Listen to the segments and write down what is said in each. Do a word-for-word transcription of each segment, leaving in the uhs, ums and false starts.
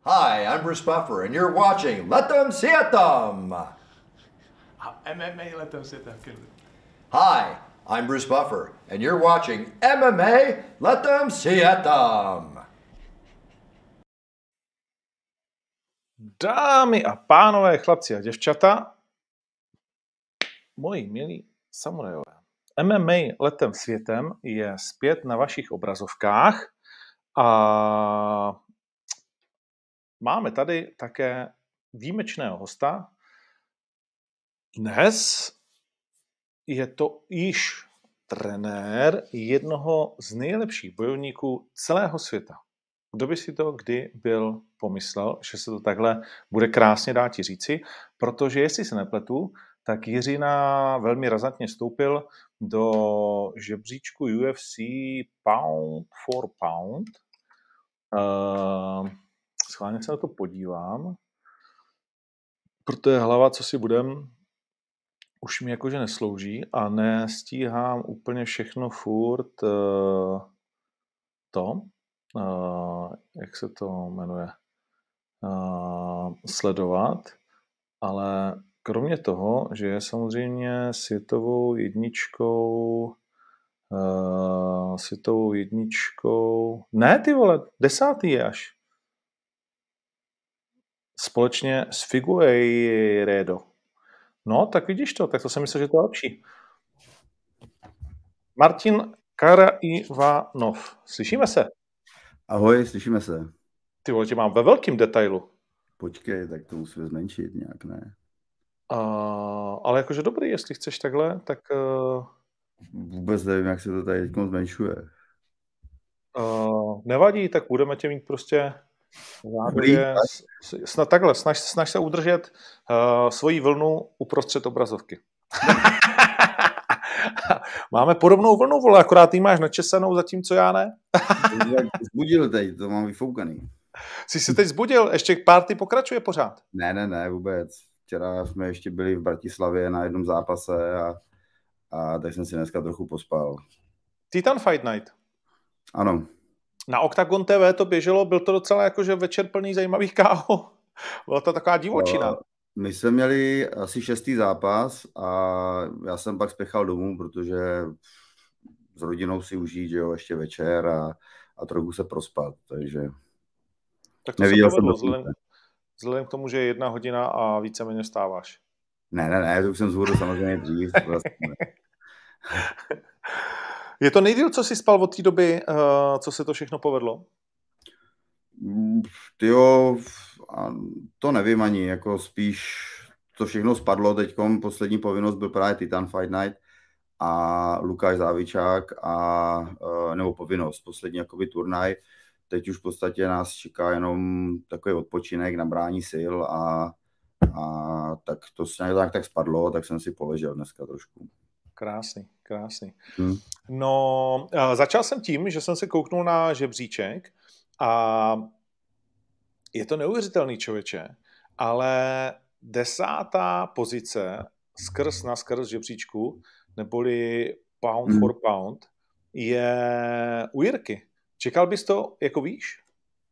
Hi, I'm Bruce Buffer, and you're watching Let Them See It Them! M M A Letem světa. Hi, I'm Bruce Buffer, and you're watching M M A Let Them See It Them! Dámy a pánové, chlapci a děvčata, moji milí samurajové, M M A Letem světem je zpět na vašich obrazovkách a máme tady také výjimečného hosta. Dnes je to již trenér jednoho z nejlepších bojovníků celého světa. Kdo by si to kdy byl pomyslel, že se to takhle bude krásně dát ti říci, protože jestli se nepletu, tak Jiřina velmi razantně vstoupil do žebříčku U F C pound for pound. Uh, schválně se na to podívám, protože hlava, co si budem, už mi jakože neslouží a nestíhám úplně všechno furt uh, to, Uh, jak se to jmenuje, uh, sledovat, ale kromě toho, že je samozřejmě světovou jedničkou, uh, světovou jedničkou, ne ty vole, desátý je až, společně s Figueiredo. No, tak vidíš to, tak to jsem myslel, že to je lepší. Martin Karaivanov, slyšíme se? Ahoj, slyšíme se. Ty vole, tě mám ve velkém detailu. Počkej, tak to musíme zmenšit nějak, ne? Uh, ale jakože dobrý, jestli chceš takhle, tak... Uh, Vůbec nevím, jak se to tady teď zmenšuje. Uh, nevadí, tak budeme tě mít prostě řádově, snad takhle, snaž, snaž se udržet uh, svoji vlnu uprostřed obrazovky. Máme podobnou vlnu, vole, akorát ty máš načesanou, zatímco já ne. Zbudil teď, to mám vyfoukaný. Jsi se teď zbudil, ještě party pokračuje pořád? Ne, ne, ne, vůbec. Včera jsme ještě byli v Bratislavě na jednom zápase a, a tak jsem si dneska trochu pospal. Titan Fight Night. Ano. Na Octagon T V to běželo, byl to docela jakože večer plný zajímavých K O. Byla to taková divočina. My jsme měli asi šestý zápas a já jsem pak spěchal domů, protože s rodinou si užít, že jo, ještě večer a, a trochu se prospat, takže tak to neviděl se povedlo, jsem vzhledem, vzhledem k tomu, že je jedna hodina a víceméně vstáváš. Ne, ne, ne, to už jsem zůru samozřejmě dřív. Vlastně. Je to nejdýl, co jsi spal od té doby, co se to všechno povedlo? Jo, to nevím ani, jako spíš to všechno spadlo teďkom, poslední povinnost byl právě Titan Fight Night a Lukáš Závičák a, nebo povinnost, poslední jakoby turnaj. Teď už v podstatě nás čeká jenom takový odpočinek, nabrání sil a, a tak to se nějak tak spadlo, tak jsem si poležel dneska trošku. Krásný, krásný. Hmm. No, začal jsem tím, že jsem se kouknul na žebříček a je to neuvěřitelný, člověče, ale desátá pozice skrz na skrz žebříčku, neboli pound hmm. for pound, je u Jirky. Čekal bys to, jako víš?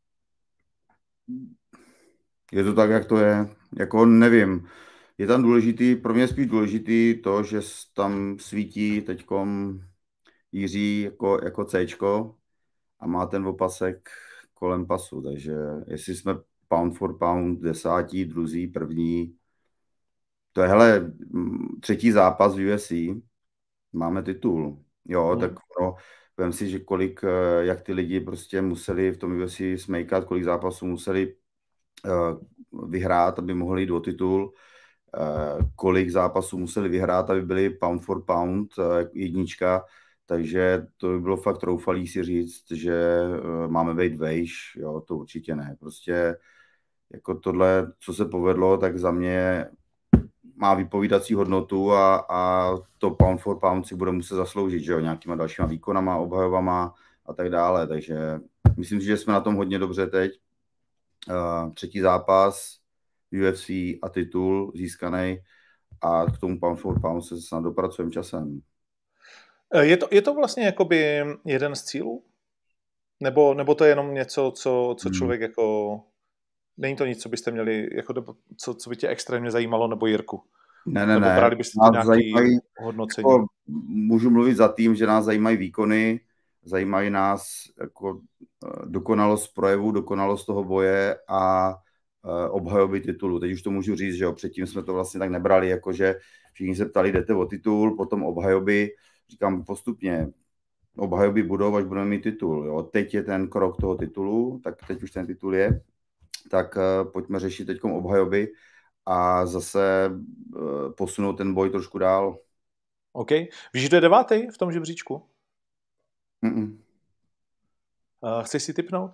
Je to tak, jak to je. Jako nevím. Je tam důležitý, pro mě je spíš důležitý to, že tam svítí teďkom Jiří jako, jako Cčko a má ten opasek kolem pasu, takže jestli jsme pound for pound desátí, druzí, první, to je, hele, třetí zápas v U F C, máme titul, jo, hmm. tak no, vem si, že kolik, jak ty lidi prostě museli v tom U F C smejkat, kolik zápasů museli uh, vyhrát, aby mohli jít o titul, uh, kolik zápasů museli vyhrát, aby byli pound for pound, uh, jednička, takže to by bylo fakt troufalý si říct, že uh, máme být vejš, jo, to určitě ne. Prostě jako tohle, co se povedlo, tak za mě má vypovídací hodnotu a, a to pound for pound si bude muset zasloužit, že jo, nějakýma dalšíma výkonama, obhajovama a tak dále, takže myslím si, že jsme na tom hodně dobře teď. Uh, třetí zápas, U F C a titul získaný a k tomu pound for pound se snad dopracujeme časem. Je to, je to vlastně jakoby jeden z cílů? Nebo, nebo to je jenom něco, co, co člověk hmm. jako není to nic, co byste měli, jako, co, co by tě extrémně zajímalo, nebo Jirku? Ne, ne, nebo ne. brali byste to nějaké zajímají, hodnocení? Jako, můžu mluvit za tým, že nás zajímají výkony, zajímají nás jako dokonalost projevu, dokonalost toho boje a obhajoby titulu. Teď už to můžu říct, že jo, předtím jsme to vlastně tak nebrali, jakože všichni se ptali, jdete o titul, potom obhajoby, říkám postupně, obhajoby budou, až budeme mít titul. Jo. Teď je ten krok toho titulu, tak teď už ten titul je, tak uh, pojďme řešit teď obhajoby a zase uh, posunout ten boj trošku dál. OK. Víš, kdo je devátý v tom žebříčku? Mm-mm. Uh, chceš si tipnout?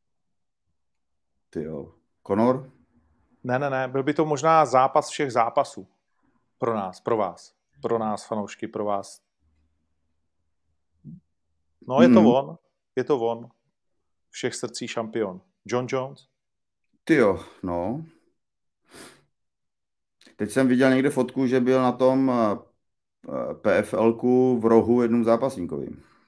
Ty jo. Conor? Ne, ne, ne. Byl by to možná zápas všech zápasů. Pro nás, pro vás. Pro nás, fanoušky, pro vás. No, je to Mm. on. Je to on. Všech srdcí šampion. John Jones? Ty jo, no. Teď jsem viděl někde fotku, že byl na tom PFLku v rohu jednom zápasníkovi.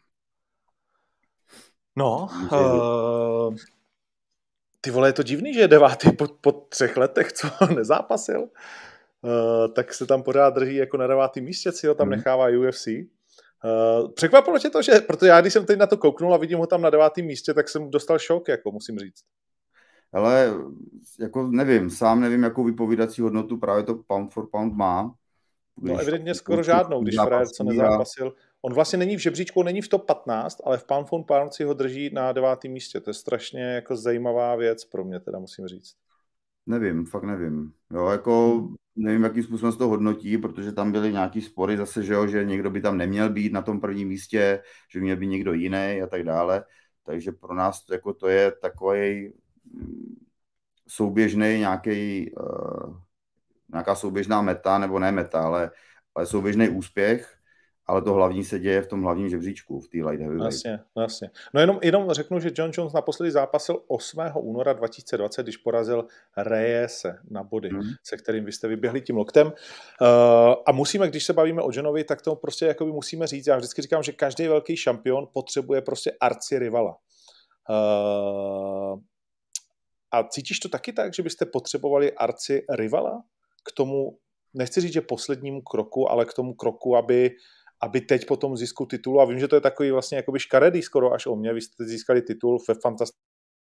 No, uh, ty vole, je to divný, že je devátý po, po třech letech, co nezápasil. Uh, tak se tam pořád drží jako na devátém místě, si ho tam nechává U F C. Uh, překvapilo tě to, že, protože já když jsem teď na to kouknul a vidím ho tam na devátém místě, tak jsem dostal šok, jako musím říct. Ale jako nevím, sám nevím, jakou vypovídací hodnotu právě to pound for pound má. No evidentně skoro žádnou, když Fred co nezápasil. On vlastně není v žebříčku, není v top patnáct, ale v pound for pound si ho drží na devátém místě. To je strašně jako zajímavá věc pro mě, teda musím říct. Nevím, fakt nevím. Jo, jako nevím, jakým způsobem se to hodnotí, protože tam byly nějaký spory zase, že jo, že někdo by tam neměl být na tom prvním místě, že by měl být někdo jiný a tak dále. Takže pro nás to, jako to je takový souběžný nějaký, uh, nějaká souběžná meta, nebo ne meta, ale, ale souběžný úspěch, ale to hlavní se děje v tom hlavním žebříčku, v té light heavyweight. Jasně, jasně. No jenom, jenom řeknu, že John Jones naposledy zápasil osmého února dva tisíce dvacet, když porazil Reyese na body, hmm. se kterým vy jste vyběhli tím loktem. Uh, a musíme, když se bavíme o Johnovi, tak to prostě jakoby musíme říct. Já vždycky říkám, že každý velký šampion potřebuje prostě arci rivala. Uh, a cítíš to taky tak, že byste potřebovali arci rivala k tomu, nechci říct, že poslednímu kroku, ale k tomu kroku, aby aby teď po tom zisku titulu, a vím, že to je takový vlastně jakoby škaredý skoro až o mě, vy jste získali titul ve fantastickém.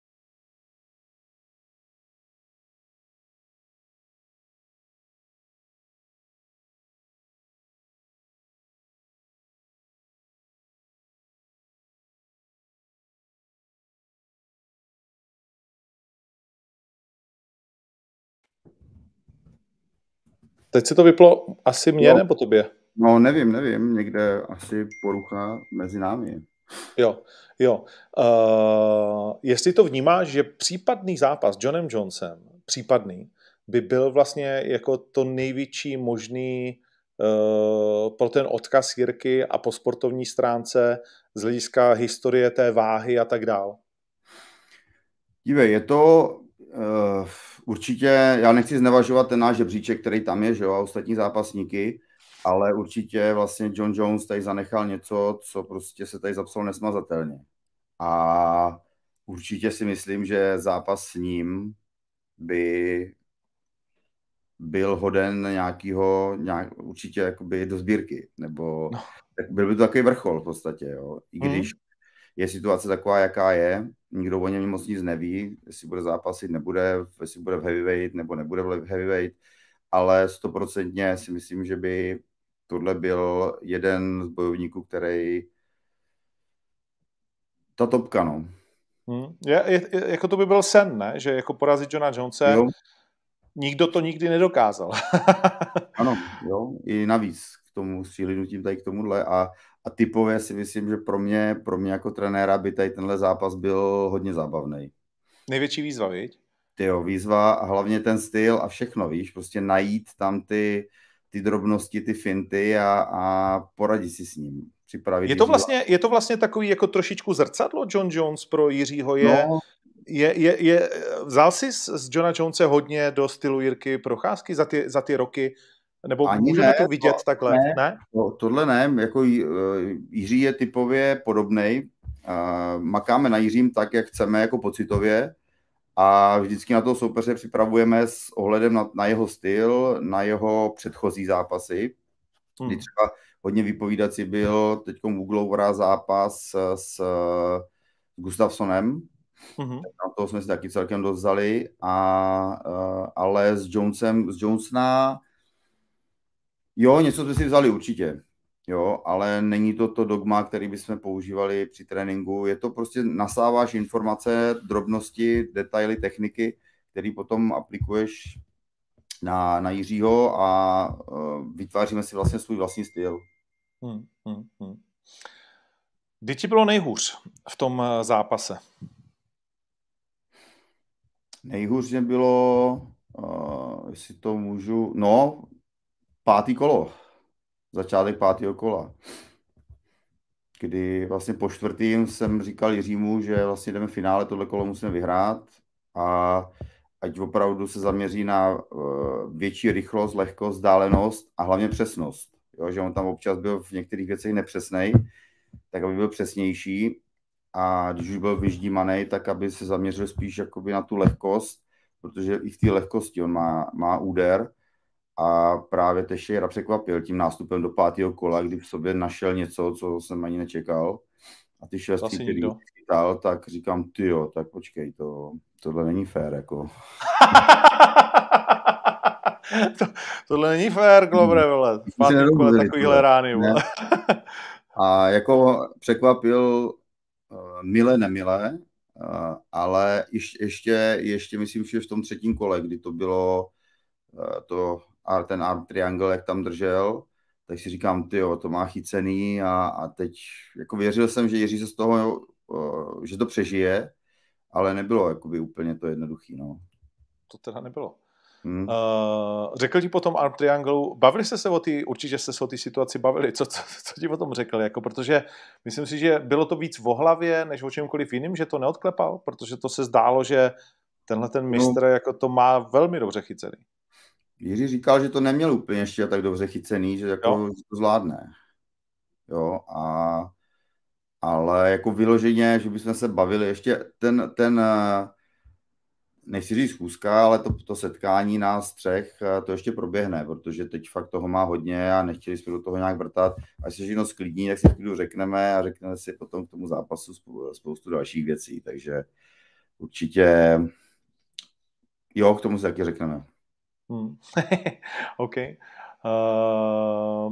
Teď se to vyplo asi mě, jo. Nebo tobě? No nevím, nevím, někde asi porucha mezi námi. Jo, jo. Uh, jestli to vnímáš, že případný zápas s Johnem Jonesem, případný, by byl vlastně jako to největší možný uh, pro ten odkaz Jirky a po sportovní stránce z hlediska historie té váhy a tak dál. Dívej, je to uh, určitě, já nechci znevažovat ten náš žebříček, který tam je, že jo, a ostatní zápasníky, ale určitě vlastně John Jones tady zanechal něco, co prostě se tady zapsalo nesmazatelně. A určitě si myslím, že zápas s ním by byl hoden nějakýho, nějak, určitě jakoby do sbírky, nebo no. tak byl by to takový vrchol v podstatě, jo. I když hmm. je situace taková, jaká je, nikdo o něm moc nic neví, jestli bude zápasit, nebude, jestli bude v heavyweight, nebo nebude v heavyweight, ale stoprocentně si myslím, že by tohle byl jeden z bojovníků, který ta topka, no. Hmm. Je, je, jako to by byl sen, ne? Že jako porazit Johna Jonese, jo. Nikdo to nikdy nedokázal. Ano, jo, i navíc k tomu střílnutím tady k tomuhle a, a typově si myslím, že pro mě, pro mě jako trenéra by tady tenhle zápas byl hodně zábavný. Největší výzva, viď? Tyjo, výzva a hlavně ten styl a všechno, víš, prostě najít tam ty ty drobnosti, ty finty a, a poradit si s ním. Připravit je, to vlastně, je to vlastně takový jako trošičku zrcadlo John Jones pro Jiřího? Je, no. je, je, je, vzal jsi z, z Johna Jonese hodně do stylu Jirky Procházky za ty, za ty roky? Nebo ani můžeme ne, to vidět to, takhle? Ne, ne? To, tohle ne. Jako Jiří je typově podobnej. Makáme na Jiřím tak, jak chceme, jako pocitově. a vždycky na toho soupeře připravujeme s ohledem na, na jeho styl, na jeho předchozí zápasy, kdy třeba hodně vypovídací byl teď Uglovora zápas s, s Gustafsonem, mm-hmm. na toho jsme si taky celkem dozali, a, ale s Jonesem, z Jonesna, jo, něco jsme si vzali určitě, jo, ale není to to dogma, který bychom používali při tréninku, je to prostě nasáváš informace, drobnosti, detaily, techniky, který potom aplikuješ na, na Jiřího a uh, vytváříme si vlastně svůj vlastní styl. Hmm, hmm, hmm. Kdy ti bylo nejhůř v tom zápase? Nejhůř mě bylo, uh, jestli to můžu, no, pátý kolo. Začátek pátého kola. Kdy vlastně po čtvrtým jsem říkal Jiřímu, že vlastně jdeme v finále, tohle kolo musíme vyhrát a ať opravdu se zaměří na uh, větší rychlost, lehkost, vzdálenost a hlavně přesnost. Jo, že on tam občas byl v některých věcech nepřesnej, tak aby byl přesnější a když už byl vyždímaný, tak aby se zaměřil spíš jakoby na tu lehkost, protože i v té lehkosti on má, má úder a právě Teixeira překvapil tím nástupem do pátého kola, kdy v sobě našel něco, co jsem ani nečekal. A ty švestky, který chytal, tak říkám, tyjo, tak počkej, to, tohle není fér, jako. to, tohle není fér, Globre, vole. V pátém kole takovýhle rány, vole. A jako překvapil uh, mile, nemile, uh, ale ještě, ještě, ještě myslím, že v tom třetím kole, kdy to bylo uh, to, a ten arm triangle, jak tam držel, tak si říkám, tyjo, to má chycený a, a teď jako věřil jsem, že Jiří se z toho, uh, že to přežije, ale nebylo jakoby úplně to jednoduchý, no. To teda nebylo. Hmm. Uh, řekl ti potom arm triangle, bavili jste se o té, určitě jste se o té situaci bavili, co, co, co ti o tom řekl, jako, protože myslím si, že bylo to víc o hlavě, než o čemkoliv jiným, že to neodklepal, protože to se zdálo, že tenhle ten mistr no. jako to má velmi dobře chycený. Jiří říkal, že to neměl úplně ještě tak dobře chycený, že jako že to zvládne. Jo, a ale jako vyloženě, že bychom se bavili ještě ten, ten nechci říct schůzka, ale to, to setkání nás třech, to ještě proběhne, protože teď fakt toho má hodně a nechtěli jsme do toho nějak vrtat. Až se všechno sklidní, tak si chvíli řekneme a řekneme si potom k tomu zápasu spoustu dalších věcí, takže určitě jo, k tomu si taky řekneme. Hmm. OK. Uh,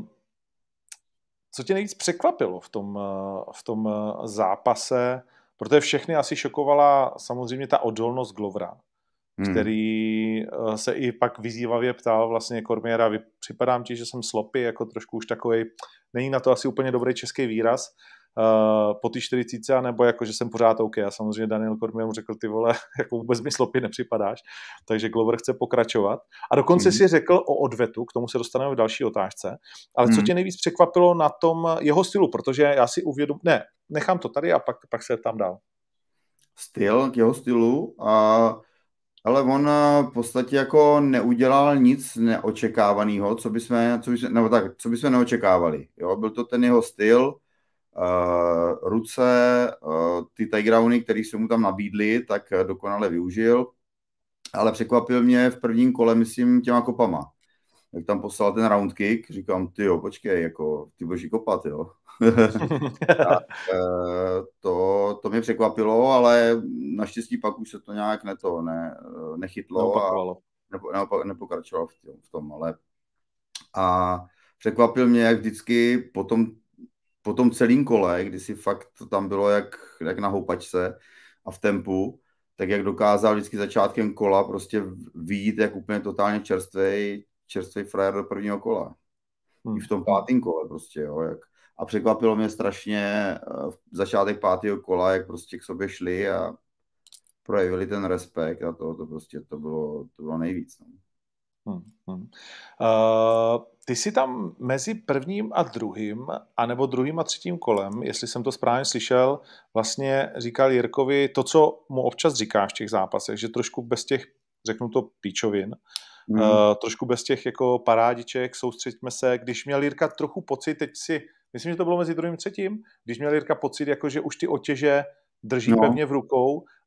co tě nejvíc překvapilo v tom, v tom zápase? Protože všechny asi šokovala samozřejmě ta odolnost Glovera, hmm. který se i pak vyzývavě ptal vlastně Cormiera, připadám ti, že jsem sloppy, jako trošku už takovej, není na to asi úplně dobrý český výraz, uh, po té čtyřicítce, nebo jako, že jsem pořád OK. A samozřejmě Daniel Cormier mu řekl, ty vole, jako vůbec mi sloppy nepřipadáš, takže Glover chce pokračovat. A dokonce hmm. si řekl o odvetu, k tomu se dostaneme v další otázce, ale hmm. co tě nejvíc překvapilo na tom jeho stylu, protože já si uvědom, ne, nechám to tady a pak, pak se tam dál. Styl, k jeho stylu, a, ale on v podstatě jako neudělal nic neočekávaného, co bychom, co bychom, nebo tak, co bychom neočekávali. Jo? Byl to ten jeho styl, uh, ruce, uh, ty takedowny, které se mu tam nabídly, tak dokonale využil, ale překvapil mě v prvním kole, myslím, těma kopama. Jak tam poslal ten round kick, říkám, ty jo, počkej, jako, ty budeš kopat, jo. tak, to, to mě překvapilo, ale naštěstí pak už se to nějak ne to, ne, nechytlo a nepo, nepo, nepokračoval v tom, ale a překvapil mě, jak vždycky po tom, po tom celém kole, kdy si fakt tam bylo jak, jak na houpačce a v tempu, tak jak dokázal vždycky začátkem kola prostě vyjít jak úplně totálně čerstvej, čerstvej frajer do prvního kola. Hmm. I v tom pátém kole prostě, jo, jak a překvapilo mě strašně v začátek pátého kola, jak prostě k sobě šli a projevili ten respekt a to, to prostě to bylo, to bylo nejvíc. No. Hmm, hmm. Uh, ty jsi tam mezi prvním a druhým, anebo druhým a třetím kolem, jestli jsem to správně slyšel, vlastně říkal Jirkovi to, co mu občas říkáš v těch zápasech, že trošku bez těch, řeknu to, píčovin, hmm. uh, trošku bez těch jako parádiček, soustřeďme se, když měl Jirka trochu pocit, teď si myslím, že to bylo mezi druhým a třetím, když měl Jirka pocit, jako, že už ty otěže drží no. pevně v rukou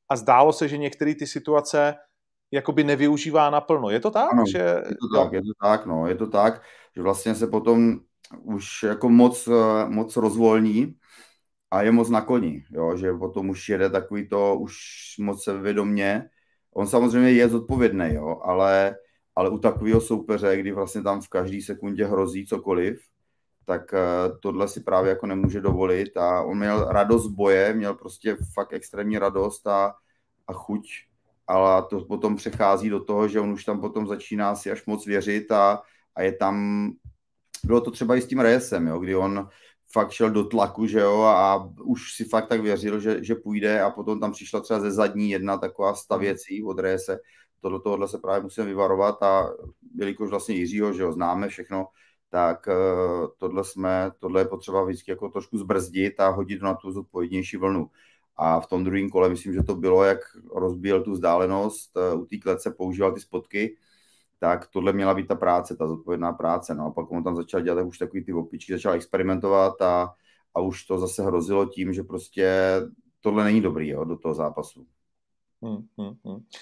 a zdálo se, že některé ty situace jakoby nevyužívá naplno. Je to tak? Ano, Že, je to tak, je to tak, no, je to tak, že vlastně se potom už jako moc, moc rozvolní a je moc na koni, jo, že potom už jede takový to, už moc sebevědomně. On samozřejmě je zodpovědný, jo, ale, ale u takového soupeře, kdy vlastně tam v každé sekundě hrozí cokoliv, tak tohle si právě jako nemůže dovolit a on měl radost z boje, měl prostě fakt extrémní radost a, a chuť, ale to potom přechází do toho, že on už tam potom začíná si až moc věřit a, a je tam, bylo to třeba i s tím Reyesem, jo, kdy on fakt šel do tlaku, že jo, a už si fakt tak věřil, že, že půjde a potom tam přišla třeba ze zadní jedna taková stavěcí od Reyese. Tohle, tohle se právě musíme vyvarovat a jelikož vlastně Jiřího, že ho známe všechno, tak tohle, jsme, tohle je potřeba vždycky jako trošku zbrzdit a hodit na tu zodpovědnější vlnu. A v tom druhém kole myslím, že to bylo, jak rozbíjel tu vzdálenost, u té klece používal ty spotky, tak tohle měla být ta práce, ta zodpovědná práce. No a pak on tam začal dělat už takový ty opičky, začal experimentovat a, a už to zase hrozilo tím, že prostě tohle není dobrý, jo, do toho zápasu. Hmm, hmm, hmm. Uh,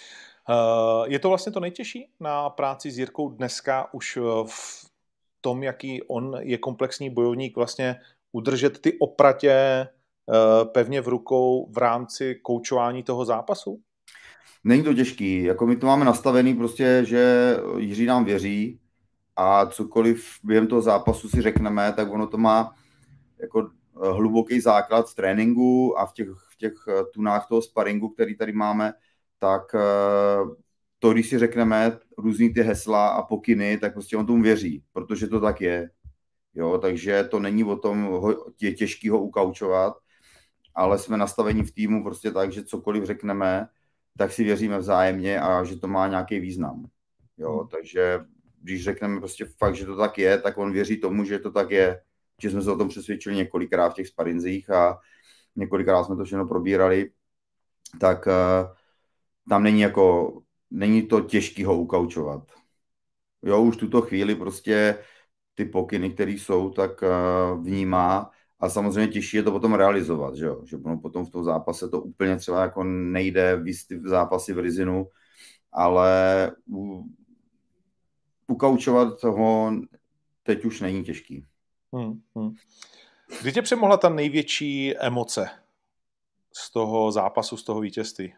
je to vlastně to nejtěžší na práci s Jirkou dneska už v tom, jaký on je komplexní bojovník, vlastně udržet ty opratě uh, pevně v rukou v rámci koučování toho zápasu? Není to těžký, jako my to máme nastavený prostě, že Jiří nám věří a cokoliv během toho zápasu si řekneme, tak ono to má jako hluboký základ v tréninku a v těch, v těch tunách toho sparingu, který tady máme, tak to, když si řekneme různý ty hesla a pokyny, tak prostě on tomu věří, protože to tak je. Jo, takže to není o tom tě, těžký ho ukaučovat, ale jsme nastaveni v týmu prostě tak, že cokoliv řekneme, tak si věříme vzájemně a že to má nějaký význam. Jo, hmm. Takže když řekneme prostě fakt, že to tak je, tak on věří tomu, že to tak je. Že jsme se o tom přesvědčili několikrát v těch sparinzích a několikrát jsme to všechno probírali, tak uh, tam není jako, není to těžký ho ukaučovat. Jo, už tuto chvíli prostě ty pokyny, které jsou, tak uh, vnímá a samozřejmě těžší je to potom realizovat, že jo? Že potom v tom zápase to úplně třeba jako nejde v zápasy v Rizinu, ale u, ukaučovat ho teď už není těžký. Hmm, hmm. Kdy tě přemohla ta největší emoce z toho zápasu, z toho vítězství?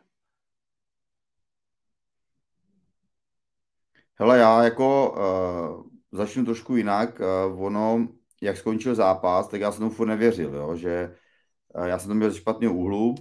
Hele, já jako uh, začnu trošku jinak. Uh, ono, jak skončil zápas, tak já jsem tomu furt nevěřil, jo? Že uh, já jsem to měl ze špatného úhlu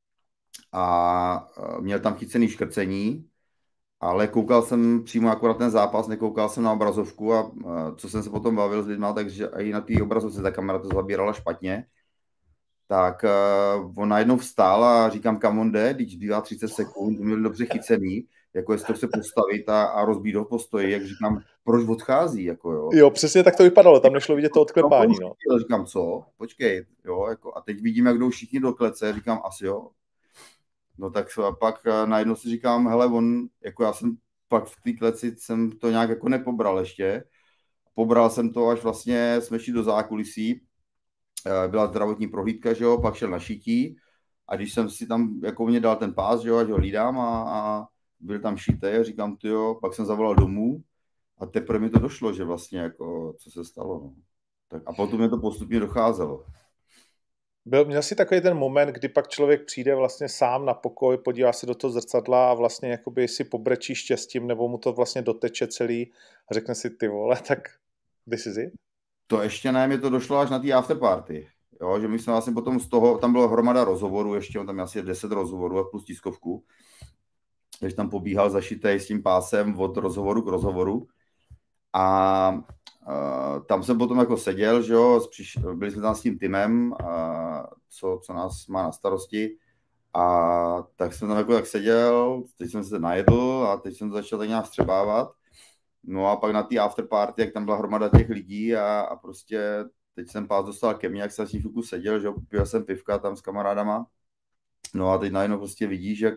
a uh, měl tam chycený škrcení, ale koukal jsem přímo akorát ten zápas, nekoukal jsem na obrazovku a uh, co jsem se potom bavil s lidma, takže i na té obrazovce ta kamera to zabírala špatně, tak uh, on najednou vstál a říkám, kam on jde, když bývá třicet sekund, to měl dobře chycený, jako jestli to chce postavit a, a rozbít ho v postoji, jak říkám, proč odchází, jako jo. Jo, přesně tak to vypadalo, tam nešlo vidět to odklepání, no. Říkám, co? Počkej, jo, jako, a teď vidím, jak jdou všichni do klece, říkám, asi jo. No tak a pak najednou si říkám, hele, on, jako já jsem pak v té kleci jsem to nějak jako nepobral ještě. Pobral jsem to, až vlastně jsme šli do zákulisí, byla zdravotní prohlídka, že jo, pak šel na šití a když jsem si tam, jako mě dal ten pás, že jo, ať ho hlídám a, a byl tam šitý, říkám, ty jo, pak jsem zavolal domů a teprve mi to došlo, že vlastně jako, co se stalo, no. Tak a potom mi to postupně docházelo. Byl, měl jsi takový ten moment, kdy pak člověk přijde vlastně sám na pokoj, podívá se do toho zrcadla a vlastně jakoby si pobrečí štěstím, nebo mu to vlastně doteče celý a řekne si, ty vole, tak this is it? To ještě ne, mi to došlo až na té afterparty. Jo, že my jsme vlastně potom z toho, tam byla hromada rozhovorů, ještě on tam asi deset rozhovorů a plus tiskovku. Takže tam pobíhal zašitej s tím pásem od rozhovoru k rozhovoru. A uh, tam jsem potom jako seděl, že jo, byli jsme tam s tím týmem, uh, co, co nás má na starosti. A tak jsem tam jako tak seděl, teď jsem se najedl a teď jsem začal tak nějak vstřebávat. No a pak na té afterparty, jak tam byla hromada těch lidí a, a prostě teď jsem pás dostal ke mně, jak jsem s tím chvilku seděl, že jo, pil jsem pivka tam s kamarádama. No a teď najednou prostě vidíš, jak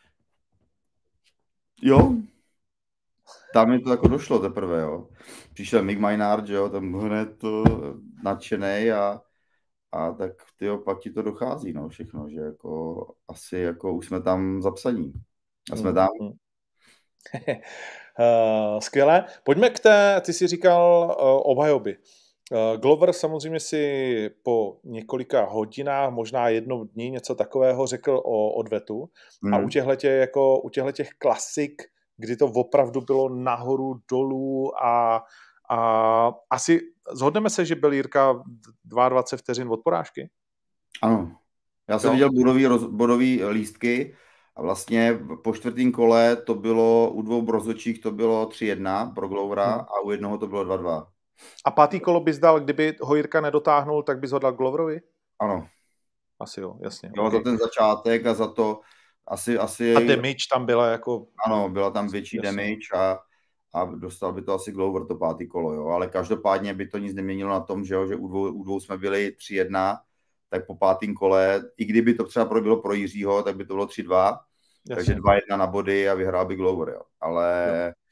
jo, tam mi to jako došlo teprve, jo. Přišel Mick Maynard, že jo, tam hned to nadšenej a, a tak tyjo, pak ti to dochází, no, všechno, že jako asi jako už jsme tam zapsaní. A jsme tam. Mm, mm. Uh, skvělé. Pojďme k té, ty jsi říkal uh, obhajoby. Uh, Glover samozřejmě si po několika hodinách, možná jednou dní, něco takového řekl o odvetu. Mm. A u těchto jako, u těch klasik, kdy to opravdu bylo nahoru, dolů a, a asi zhodneme se, že byl Jirka dvacet dva vteřin od porážky? Ano. Já jsem No. viděl bodový, roz, bodový lístky a vlastně po čtvrtém kole to bylo u dvou brozočích to bylo tři jedna pro Glovera hmm. a u jednoho to bylo dva dva. A pátý kolo bys dal, kdyby ho Jirka nedotáhnul, tak bys ho dal Gloverovi? Ano. Asi jo, jasně. Jo, okay. Za ten začátek a za to asi... asi a damage tam byla jako... Ano, byla tam větší jasně. damage a, a dostal by to asi Glover to pátý kolo, jo. Ale každopádně by to nic neměnilo na tom, že, jo, že u, dvou, u dvou jsme byli tři jedna, tak po pátém kole, i kdyby to třeba bylo pro Jiřího, tak by to bylo tři dva, takže dva jedna na body a vyhrál by Glover, jo. Ale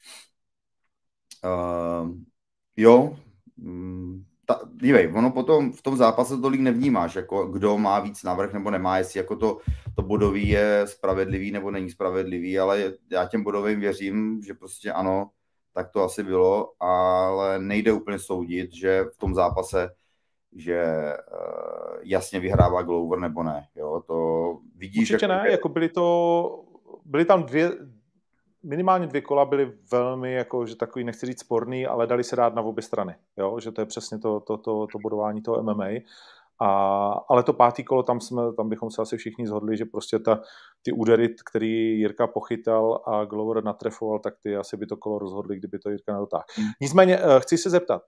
jo, uh, jo ta, dívej, ono potom v tom zápase tolik nevnímáš, jako kdo má víc navrch nebo nemá, jestli jako to, to bodový je spravedlivý nebo není spravedlivý, ale já těm bodovým věřím, že prostě ano, tak to asi bylo, ale nejde úplně soudit, že v tom zápase že uh, jasně vyhrává Glover nebo ne, jo, to vidíš. Určitě jako, ne, jako byly to, byly tam dvě, minimálně dvě kola byly velmi, jako, že takový, nechci říct sporný, ale dali se dát na obě strany, jo, že to je přesně to, to, to, to bodování toho M M A. A, ale to pátý kolo, tam, jsme, tam bychom se asi všichni shodli, že prostě ta, ty údery, který Jirka pochytal a Glover natrefoval, tak ty asi by to kolo rozhodli, kdyby to Jirka nedotáhl. Hmm. Nicméně, chci se zeptat,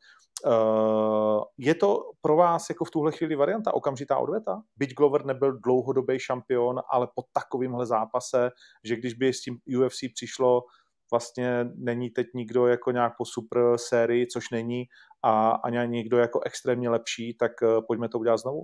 je to pro vás jako v tuhle chvíli varianta, okamžitá odveta? Byť Glover nebyl dlouhodobý šampion, ale po takovýmhle zápase, že když by s tím U F C přišlo, vlastně není teď nikdo jako nějak po super sérii, což není, a ani někdo jako extrémně lepší, tak uh, pojďme to udělat znovu?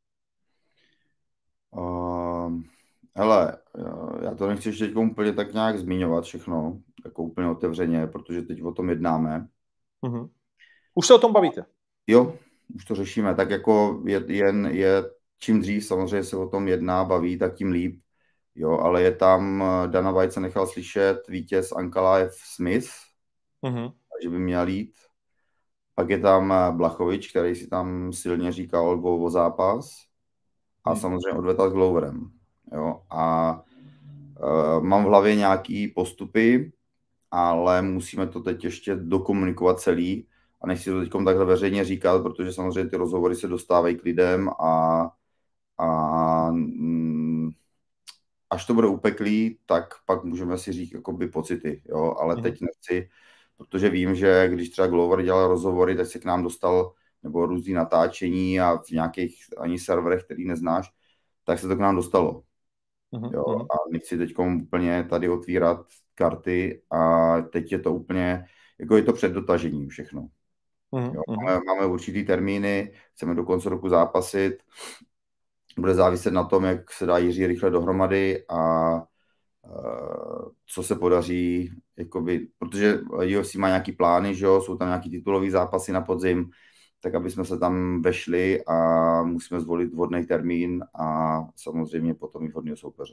Uh, hele, já to nechci ještě teď úplně tak nějak zmiňovat všechno, jako úplně otevřeně, protože teď o tom jednáme. Uh-huh. Už se o tom bavíte? Jo, už to řešíme, tak jako je, jen je, čím dřív samozřejmě se o tom jedná, baví, tak tím líp. Jo, ale je tam, Dana White se nechal slyšet, vítěz Ankalaev Smith, uh-huh. takže by měl jít. Pak je tam Blachovič, který si tam silně říkal o, o zápas. A uh-huh. samozřejmě odvetal s Gloverem. Jo, a uh, mám v hlavě nějaký postupy, ale musíme to teď ještě dokomunikovat celý. A nechci to teď takhle veřejně říkat, protože samozřejmě ty rozhovory se dostávají k lidem a, a mm, až to bude upeklý, tak pak můžeme si říct jakoby pocity, jo, ale mm. teď nechci, protože vím, že když třeba Glover dělal rozhovory, tak se k nám dostal, nebo různý natáčení a v nějakých ani serverech, který neznáš, tak se to k nám dostalo. Mm. Jo, a nechci teď úplně tady otvírat karty a teď je to úplně, jako je to před dotažením všechno. Mm. Jo, máme, máme určitý termíny, chceme do konce roku zápasit, bude záviset na tom, jak se dá Jiří rychle dohromady a uh, co se podaří, jakoby, protože U F C má nějaký plány, že jo, jsou tam nějaký titulový zápasy na podzim, tak aby jsme se tam vešli a musíme zvolit vhodný termín a samozřejmě potom i vhodného soupeře.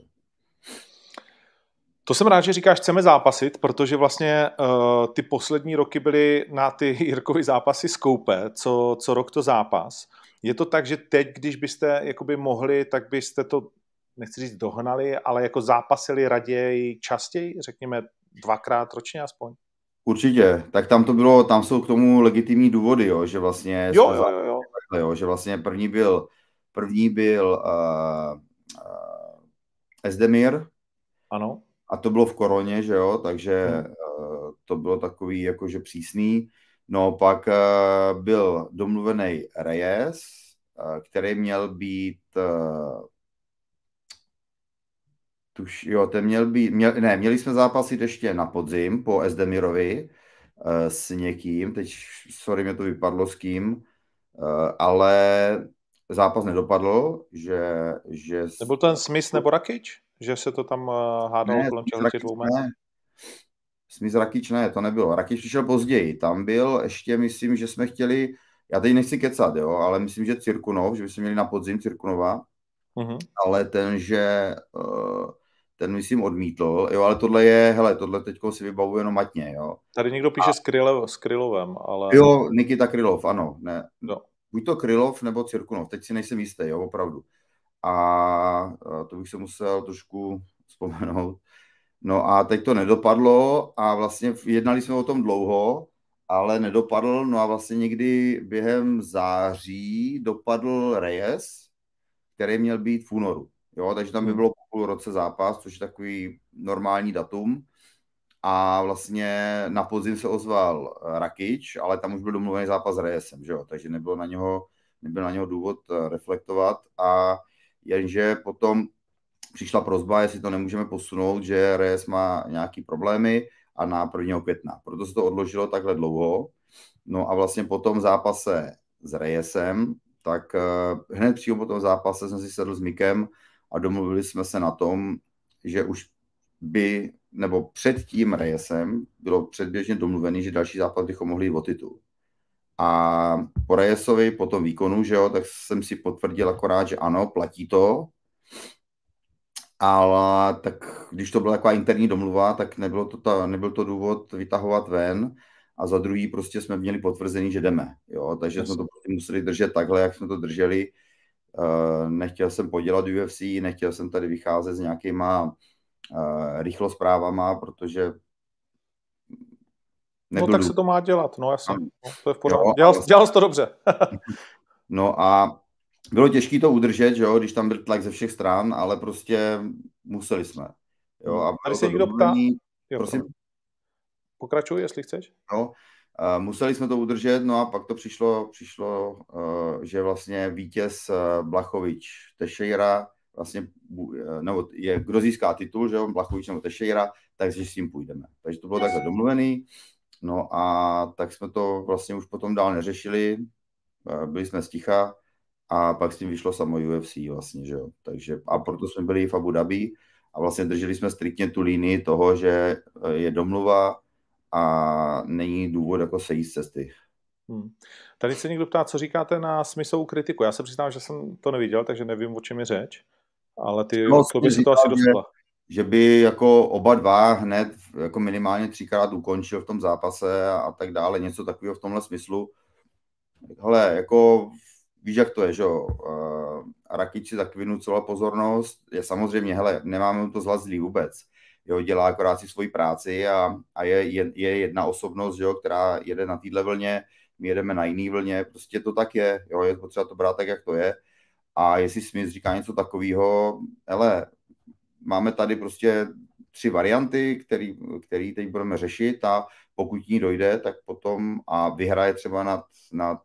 To jsem rád, že říkáš, chceme zápasit, protože vlastně uh, ty poslední roky byly na ty Jirkovy zápasy skoupe, co, co rok to zápas. Je to tak, že teď, když byste jakoby mohli, tak byste to, nechci říct dohnali, ale jako zápasili raději častěji, řekněme dvakrát ročně aspoň? Určitě, tak tam to bylo, tam jsou k tomu legitimní důvody, jo, že vlastně... Jo, jo, jo, jo. Takhle, jo, že vlastně první byl, první byl uh, uh, Esdemir. Ano. A to bylo v koroně, že jo, takže hmm. uh, to bylo takový jakože přísný. No pak uh, byl domluvený Reyes, uh, který měl být uh, tuž, jo, ten měl být, měl, ne, měli jsme zápasit ještě na podzim po Esdemirovi uh, s někým, teď sorry, mě to vypadlo s kým, uh, ale zápas nedopadl, že... že Nebyl ten Smith nebo Rakic? Že se to tam uh, hádalo ne, kolem těch dvou ne. Smith Rakic ne, to nebylo. Rakic přišel později. Tam byl ještě, myslím, že jsme chtěli, já teď nechci kecat, jo, ale myslím, že Cirkunov, že by se měli na podzim Cirkunova, Mhm. ale ten, že uh, ten myslím odmítl, jo, ale tohle je, hele, tohle teďko si vybavuji jenom matně, jo. Tady někdo píše s, Krylev, s Krylovem, ale... Jo, Nikita Krylov, ano, ne. No. Buď to Krylov, nebo Cirkunov, teď si nejsem jistý, jo, opravdu. A to bych se musel trošku vzpomenout. No a teď to nedopadlo a vlastně jednali jsme o tom dlouho, ale nedopadl, no a vlastně někdy během září dopadl Reyes, který měl být v únoru, jo, takže tam by bylo po půl roce zápas, což je takový normální datum. A vlastně na podzim se ozval Rakic, ale tam už byl domluvený zápas s Reyesem, že jo? Takže nebylo na něho, nebyl na něho důvod reflektovat. A jenže potom přišla prosba, jestli to nemůžeme posunout, že Reyes má nějaký problémy a na prvního května. Proto se to odložilo takhle dlouho. No a vlastně po tom zápase s Reyesem, tak hned přímo po tom zápase jsem si sedl s Mikem a domluvili jsme se na tom, že už by, nebo před tím Reyesem bylo předběžně domluvený, že další zápas bychom mohli jít o titul. A po Reyesovi, po tom výkonu, že jo, tak jsem si potvrdil akorát, že ano, platí to. Ale tak když to byla taková interní domluva, tak nebylo to ta, nebyl to důvod vytahovat ven. A za druhý prostě jsme měli potvrzený, že jdeme. Jo? Takže yes. jsme to prostě museli držet takhle, jak jsme to drželi. Uh, nechtěl jsem podělat U F C, nechtěl jsem tady vycházet s nějakýma Uh, rychlosprávama, protože no tak se to má dělat, no jasně, no, to je v pořádku. Jo, dělal, dělal jsi to dobře. No a bylo těžké to udržet, že jo, když tam byl tlak ze všech stran, ale prostě museli jsme. Jo, a tady se někdo ptá. Jo, prosím. Pokračuj, jestli chceš. Jo, uh, museli jsme to udržet, no a pak to přišlo, přišlo uh, že vlastně vítěz uh, Blachowicz Teixeira vlastně, nebo je, kdo získá titul, že jo, Blachowicz nebo Teixeira, takže s tím půjdeme. Takže to bylo takhle domluvený, no a tak jsme to vlastně už potom dál neřešili, byli jsme sticha a pak s tím vyšlo samo U F C vlastně, že jo, takže a proto jsme byli v Abu Dhabi a vlastně drželi jsme striktně tu linii toho, že je domluva a není důvod jako sejít z cesty. Hmm. Tady se někdo ptá, co říkáte na smyslovou kritiku. Já se přiznám, že jsem to neviděl, takže nevím, o čem je řeč. Ale ty no, kluby si to asi dostala. Že, že by jako oba dva hned jako minimálně třikrát ukončil v tom zápase a, a tak dále, něco takového v tomhle smyslu. Hele, jako víš, jak to je, že jo. Uh, Rakic si tak vynucoval pozornost. Je samozřejmě, hele, nemáme mu to zlat zlý vůbec. Jo, dělá akorát si svoji práci a, a je, je, je jedna osobnost, že jo, která jede na téhle vlně, my jedeme na jiný vlně, prostě to tak je, jo, je potřeba to brát tak, jak to je. A jestli Smith říká něco takového, hele, máme tady prostě tři varianty, který, který teď budeme řešit a pokud ní dojde, tak potom a vyhraje třeba nad, nad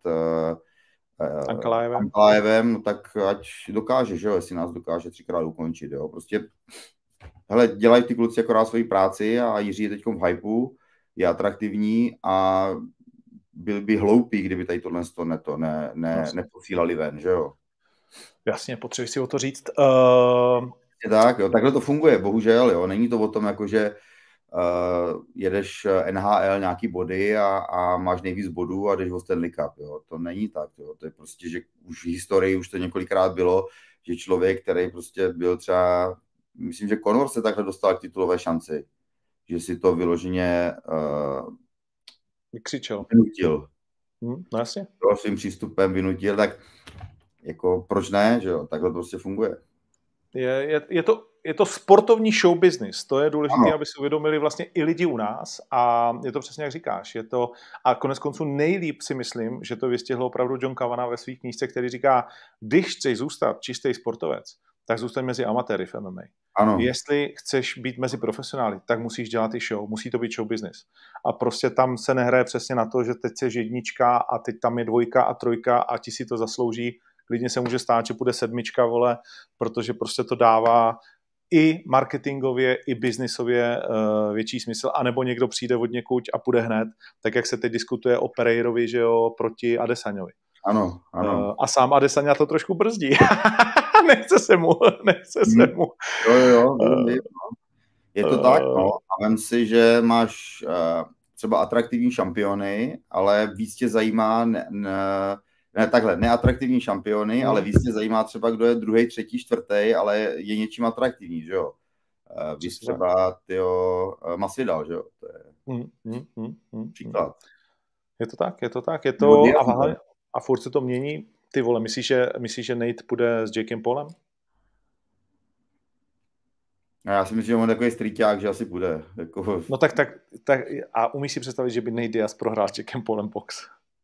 uh, Ankalaevem, no tak ať dokáže, že jo, jestli nás dokáže třikrát ukončit, jo, prostě hele, dělají ty kluci akorát svoji práci a Jiří je teď v hypeu, je atraktivní a byl by hloupý, kdyby tady tohle ne, to ne, ne, neposílali ven, že jo. Jasně, potřebuji si o to říct. Uh... Tak, jo, takhle to funguje, bohužel, jo. Není to o tom, jako, že uh, jedeš N H L nějaký body a, a máš nejvíc bodů a jdeš o Stanley Cup, jo. To není tak, jo. To je prostě, že už v historii už to několikrát bylo, že člověk, který prostě byl třeba, myslím, že Conor se takhle dostal k titulové šanci, že si to vyloženě uh, vykřičel. Vynutil. Hmm, no jasně. To svým přístupem vynutil, tak jako proč ne, že jo, takhle to prostě funguje. Je, je, je, to, je to sportovní show business, to je důležité, aby si uvědomili vlastně i lidi u nás a je to přesně jak říkáš, je to a konec konců nejlíp si myslím, že to vystihlo opravdu John Kavanagh ve svých knížce, který říká, když chceš zůstat čistý sportovec, tak zůstaň mezi amatéry v M M A. Ano. Jestli chceš být mezi profesionály, tak musíš dělat i show, musí to být show business. A prostě tam se nehraje přesně na to, že teď jsi jednička a teď tam je dvojka a trojka a ti si to zaslouží. Klidně se může stát, že půjde sedmička, vole, protože prostě to dává i marketingově, i biznisově uh, větší smysl, anebo někdo přijde od někud a půjde hned, tak jak se teď diskutuje o Pereirovi, že jo, proti Adesanyovi. Ano, ano. Uh, a sám Adesanya to trošku brzdí. nechce se mu, nechce se mu. Jo, jo, jo. Uh, je to uh, tak, no. A vem si, že máš uh, třeba atraktivní šampiony, ale víc tě zajímá, ne, ne, ne takhle, neatraktivní šampiony, mm. ale víc tě zajímá třeba, kdo je druhý, třetí, čtvrtý, ale je něčím atraktivní, že jo. Víc třeba, tyjo, Masvidal, že jo, to je mm, mm, mm, mm, příklad. Je to tak, je to tak, je to, a, a furt se to mění. Ty vole, myslíš, že, myslíš, že Nate půjde s Jakem Paulem? Já si myslím, že on je takový strýťák, že asi půjde. Jako... No tak, tak, tak a umíš si představit, že by Nate Diaz prohrál s Jakem Paulem box?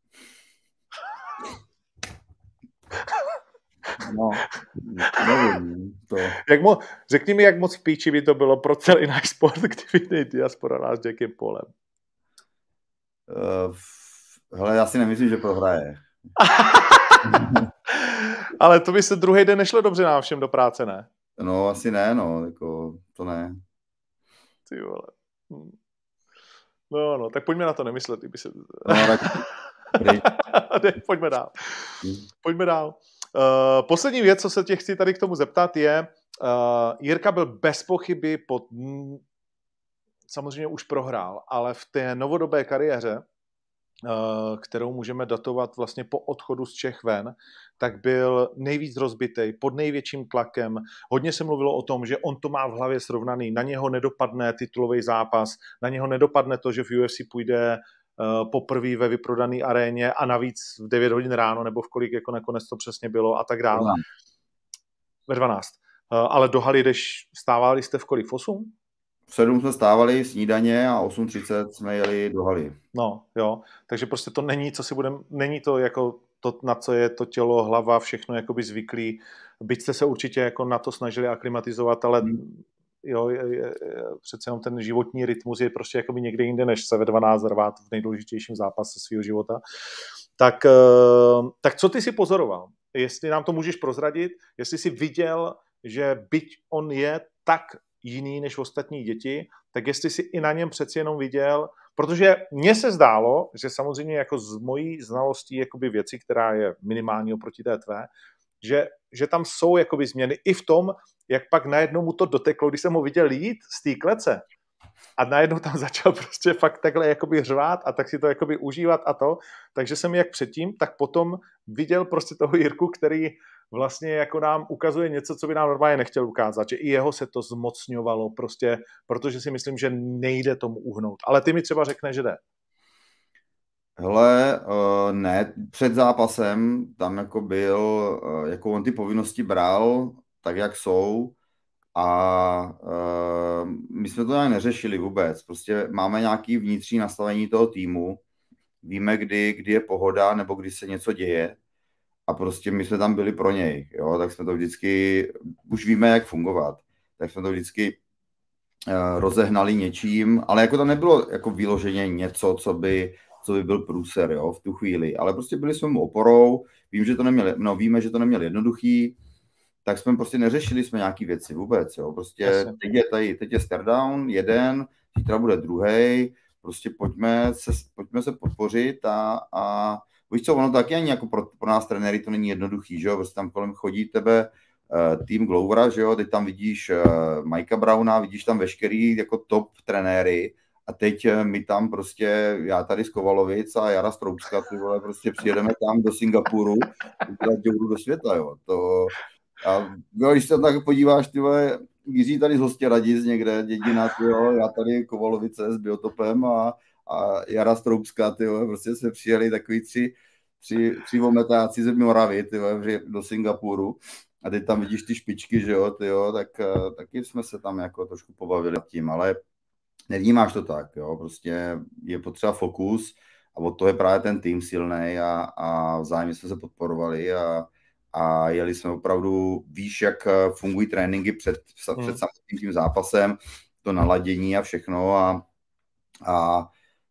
No, nevím. To... Jak mo- řekni mi, jak moc v píči by to bylo pro celý náš sport, kdyby Nate Diaz prohrál s Jakem Paulem. Uh, hele, já si nemyslím, že prohraje. Ale to by se druhý den nešlo dobře nám všem do práce, ne? No, asi ne, no, jako, to ne. Ty vole. No, no, tak pojďme na to nemyslet, kdyby se... No, tak... ne, pojďme dál. Pojďme dál. Uh, poslední věc, co se tě chci tady k tomu zeptat, je, uh, Jirka byl bez pochyby pod... Samozřejmě už prohrál, ale v té novodobé kariéře, kterou můžeme datovat vlastně po odchodu z Čech ven, tak byl nejvíc rozbitej, pod největším tlakem. Hodně se mluvilo o tom, že on to má v hlavě srovnaný, na něho nedopadne titulový zápas, na něho nedopadne to, že v U F C půjde poprvé ve vyprodané aréně a navíc v devět hodin ráno, nebo v kolik jako nakonec to přesně bylo a tak dále. Ve dvanáct. Ale do haly, když stávali jste v kolik? V osm? V sedm jsme stávali snídaně a osm třicet jsme jeli do haly. No, jo, takže prostě to není, co si budem, není to jako to, na co je to tělo, hlava, všechno jakoby zvyklý. Byť jste se určitě jako na to snažili aklimatizovat, ale hmm. jo, je, je, přece jenom ten životní rytmus je prostě jakoby někde jinde, než se ve dvanáct rvát v nejdůležitějším zápase svého života. Tak, tak co ty si pozoroval? Jestli nám to můžeš prozradit, jestli jsi viděl, že byť on je tak jiný než ostatní děti, tak jestli si i na něm přeci jenom viděl, protože mně se zdálo, že samozřejmě jako z mojí znalostí jakoby věci, která je minimální oproti té tvé, že, že tam jsou jakoby změny i v tom, jak pak najednou mu to doteklo, když jsem ho viděl jít z té klece a najednou tam začal prostě fakt takhle jakoby řvát a tak si to jakoby užívat a to, takže jsem jak předtím, tak potom viděl prostě toho Jirku, který vlastně jako nám ukazuje něco, co by nám normálně nechtěl ukázat, že i jeho se to zmocňovalo prostě, protože si myslím, že nejde tomu uhnout. Ale ty mi třeba řekne, že jde. Hele, ne, před zápasem tam jako byl, jako on ty povinnosti bral, tak jak jsou a my jsme to nějak neřešili vůbec. Prostě máme nějaký vnitřní nastavení toho týmu, víme, kdy, kdy je pohoda nebo kdy se něco děje. A prostě my jsme tam byli pro něj, jo, tak jsme to vždycky, už víme, jak fungovat, tak jsme to vždycky uh, rozehnali něčím, ale jako to nebylo jako vyloženě něco, co by, co by byl průser, jo, v tu chvíli, ale prostě byli jsme mu oporou, vím, že to neměli, no víme, že to neměl jednoduchý, tak jsme prostě neřešili jsme nějaký věci vůbec, jo, prostě teď je tady, teď je stare down, jeden, zítra bude druhej, prostě pojďme se, pojďme se podpořit a, a víš co, ono taky ani jako pro, pro nás trenéry to není jednoduchý, že jo, prostě tam kolem chodí tebe uh, tým Glovera, že jo, teď tam vidíš uh, Mikea Browna, vidíš tam veškerý jako top trenéry a teď uh, my tam prostě, já tady z Kovalovic a Jara Stroubska, ty vole, prostě přijedeme tam do Singapuru, udělat děuru do světa, jo, to a jo, když se tak podíváš, ty vole, Jiří tady z Hostěradic někde, dědina, ty jo, já tady Kovalovice s Biotopem a a Jara Stroubska, tyjo, prostě jsme přijeli takový tři, tři, tři ometáci ze Moravy, tyjo, do Singapuru a teď tam vidíš ty špičky, že jo, tyjo, tak taky jsme se tam jako trošku pobavili tím, ale nevnímáš to tak, jo, prostě je potřeba fokus a od toho je právě ten tým silnej a, a vzájemně jsme se podporovali a, a jeli jsme opravdu, víš, jak fungují tréninky před, před hmm. samotným tím zápasem, to naladění a všechno a, a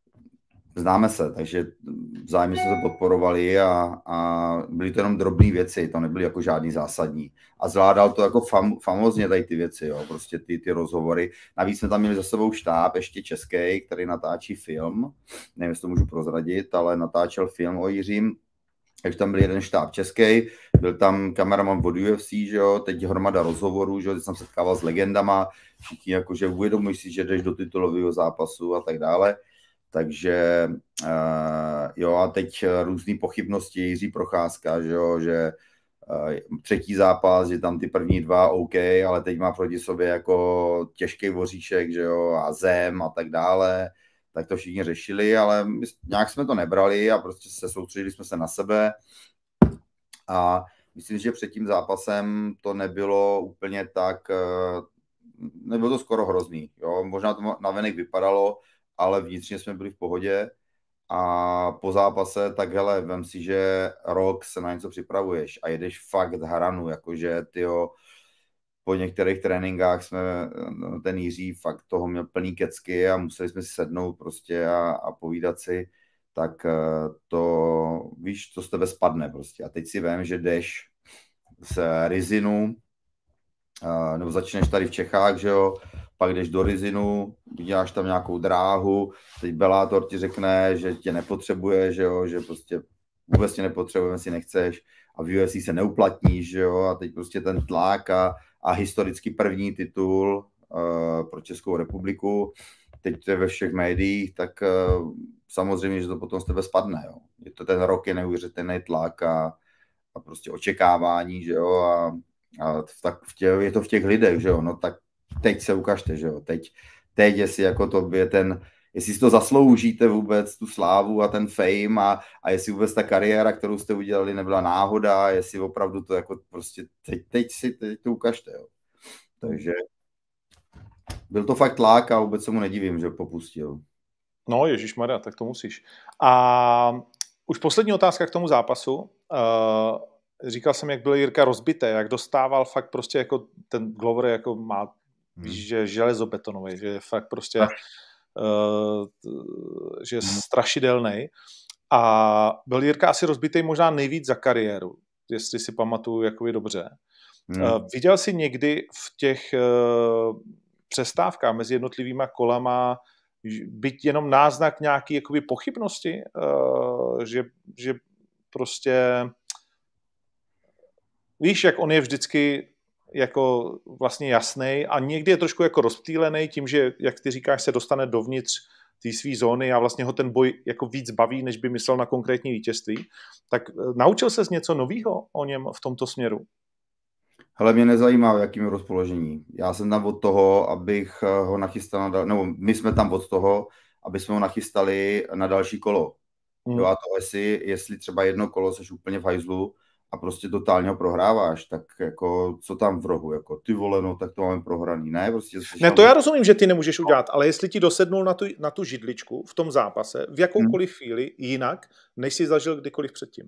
známe se, takže vzájemně jsme se podporovali a, a byly to jenom drobné věci, to nebyly jako žádný zásadní. A zvládal to jako fam, famózně tady ty věci, jo, prostě ty, ty rozhovory. Navíc jsme tam měli za sebou štáb, ještě český, který natáčí film, nevím, jestli to můžu prozradit, ale natáčel film o Jiřím, takže tam byl jeden štáb český, byl tam kameraman od U F C, že jo, teď hromada rozhovorů, že jo, teď jsem se setkával s legendama, všichni jakože uvědomují si, že jdeš do titulového zápasu a tak dále. takže uh, jo, a teď různý pochybnosti Jiří Procházka, že jo, že uh, třetí zápas, že tam ty první dva OK, ale teď má proti sobě jako těžký voříšek, že jo, a zem a tak dále, tak to všichni řešili, ale my, nějak jsme to nebrali a prostě se soustředili jsme se na sebe a myslím, že před tím zápasem to nebylo úplně tak, nebylo to skoro hrozný. Jo? Možná to navenek vypadalo, ale vnitřně jsme byli v pohodě a po zápase, tak hele, vem si, že rok se na něco připravuješ a jedeš fakt hranu, jakože tyjo, po některých tréninkách jsme, ten Jiří fakt toho měl plný kecky a museli jsme si sednout prostě a, a povídat si, tak to, víš, to z tebe spadne prostě. A teď si vem, že jdeš z Rizinu, nebo začneš tady v Čechách, že jo, pak jdeš do Rizinu, děláš tam nějakou dráhu, teď Bellator ti řekne, že tě nepotřebuje, že jo, že prostě vůbec tě nepotřebujeme, si nechceš a v U F C se neuplatníš, že jo, a teď prostě ten tlak a, a historicky první titul uh, pro Českou republiku, teď to je ve všech médiích, tak uh, samozřejmě, že to potom z tebe spadne, jo. Je to ten rok, je neuvěřitelný tlak a, a prostě očekávání, že jo, a, a v, tak v tě, je to v těch lidech, že jo, no tak teď se ukažte, že jo, teď, teď jestli jako to je ten, jestli si to zasloužíte vůbec, tu slávu a ten fame a, a jestli vůbec ta kariéra, kterou jste udělali, nebyla náhoda, jestli opravdu to jako prostě teď, teď si teď to ukažte, jo. Takže byl to fakt tlak a vůbec se mu nedivím, že popustil. No, ježišmarja, tak to musíš. A už poslední otázka k tomu zápasu. Uh, říkal jsem, jak byl Jirka rozbité, jak dostával fakt prostě jako ten Glover jako má, hmm. víš, že železobetonový, že je fakt prostě uh, že je hmm. strašidelný. A byl Jirka asi rozbitý možná nejvíc za kariéru, jestli si pamatuju jakoby dobře. Hmm. Uh, viděl jsi někdy v těch uh, přestávkách mezi jednotlivýma kolama byť jenom náznak nějaký jakoby pochybnosti, uh, že, že prostě víš, jak on je vždycky jako vlastně jasnej a někdy je trošku jako rozptýlený tím, že, jak ty říkáš, se dostane dovnitř té své zóny a vlastně ho ten boj jako víc baví, než by myslel na konkrétní vítězství. Tak uh, naučil ses něco novýho o něm v tomto směru? Hele, mě nezajímá, v jakým rozpoložení. Já jsem tam od toho, abych ho nachystal, na, nebo my jsme tam od toho, aby jsme ho nachystali na další kolo. Hmm. Jo, a to jestli, jestli třeba jedno kolo seš úplně v hajzlu a prostě totálně ho prohráváš, tak jako co tam v rohu, jako ty vole, no, tak to máme prohraný. Ne, prostě ne, to já rozumím, že ty nemůžeš udělat, ale jestli ti dosednul na tu, na tu židličku v tom zápase, v jakoukoliv hmm. chvíli jinak, než jsi zažil kdykoliv předtím.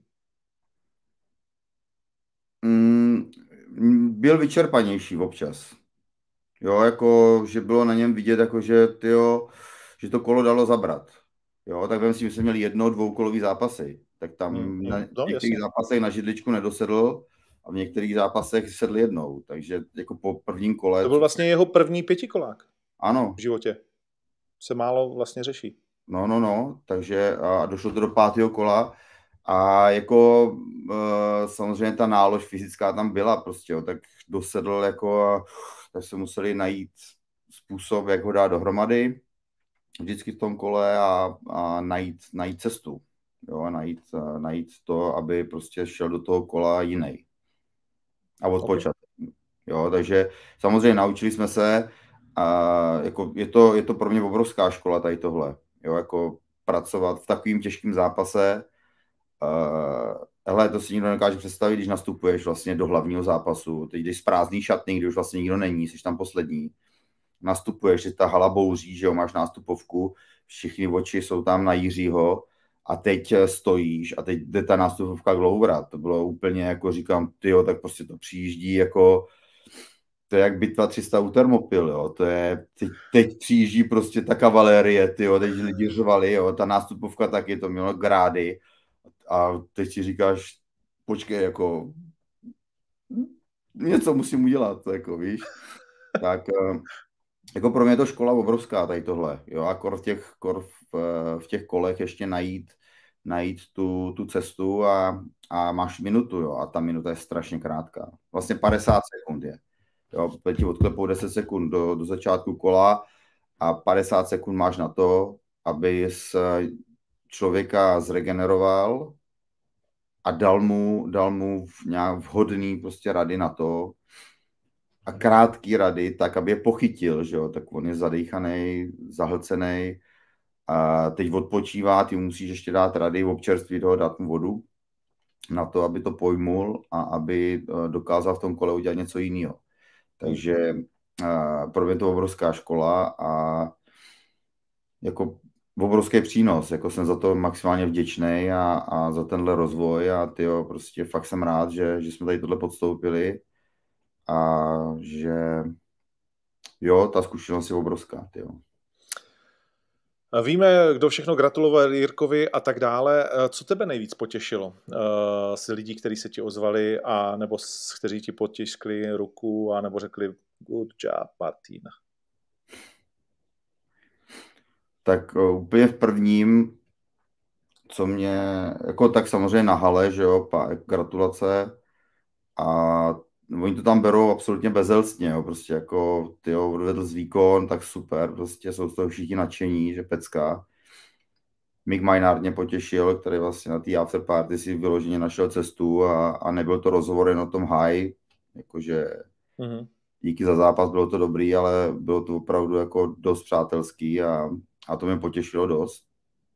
Hmm. Byl vyčerpanější občas. Jo, jako, že bylo na něm vidět, jako, že, tyjo, že to kolo dalo zabrat. Jo, tak vem si, že jsme měli jedno, dvoukolový zápasy. Tak tam hmm, na no, některých jasně. zápasech na židličku nedosedl a v některých zápasech sedl jednou. Takže jako po prvním kole... To byl vlastně jeho první pětikolák. Ano. V životě. Se málo vlastně řeší. No, no, no. Takže a došlo to do pátého kola. A jako e, samozřejmě ta nálož fyzická tam byla prostě, jo, tak dosedl jako a tak se museli najít způsob, jak ho dát dohromady vždycky v tom kole a, a najít, najít cestu, jo, a najít, a najít to, aby prostě šel do toho kola jiný a odpočat. Okay. Jo, takže samozřejmě naučili jsme se a jako je to, je to pro mě obrovská škola tady tohle, jo, jako pracovat v takovým těžkém zápase. Uh, hele, to si nikdo nedokáže představit, když nastupuješ vlastně do hlavního zápasu, teď jdeš z prázdný šatny, kde už vlastně nikdo není, jsi tam poslední, nastupuješ, že ta hala bouří, že jo, máš nástupovku, všichni oči jsou tam na Jiřího a teď stojíš a teď jde ta nástupovka Glovera, to bylo úplně jako říkám, tyjo, tak prostě to přijíždí jako, to je jak bitva tři sta u Termopil, jo, to je, teď, teď přijíždí prostě ta kavalérie, tyjo, teď lidi řvali, jo, ta nástupovka taky, to mělo grády. A teď si říkáš, počkej, jako něco musím udělat, jako víš. Tak jako pro mě je to škola obrovská tady tohle, jo, a kor v těch, kor v, v těch kolech ještě najít, najít tu, tu cestu a, a máš minutu, jo, a ta minuta je strašně krátká. Vlastně padesát sekund je, jo, teď ti odklepou deset sekund do, do začátku kola a padesát sekund máš na to, aby z člověka zregeneroval a dal mu, dal mu nějak vhodný prostě rady na to a krátký rady, tak aby je pochytil, že jo, tak on je zadýchaný, zahlcený a teď odpočívá, ty musíš ještě dát rady, občerstvit ho, dát mu vodu na to, aby to pojmul a aby dokázal v tom kole udělat něco jiného. Takže pro mě to obrovská škola a jako obrovský přínos, jako jsem za to maximálně vděčný a, a za tenhle rozvoj a tyjo, prostě fakt jsem rád, že, že jsme tady tohle podstoupili a že jo, ta zkušenost je obrovská, tyjo. Víme, kdo všechno gratuloval Jirkovi a tak dále. Co tebe nejvíc potěšilo z lidí, kteří se ti ozvali a nebo kteří ti potiskli ruku a nebo řekli good job, Martin? Tak uh, úplně v prvním, co mě, jako tak samozřejmě na hale, že jo, pa, gratulace a oni to tam berou absolutně bezelstně, jo, prostě jako tyjo, odvedl z výkon, tak super, prostě jsou z toho všichni nadšení, že pecka. Mick Maynard mě potěšil, který vlastně na té afterparty si vyloženě našel cestu a, a nebyl to rozhovor jen o tom high, jakože mm-hmm. díky za zápas, bylo to dobrý, ale bylo to opravdu jako dost přátelský a, a to mě potěšilo dost.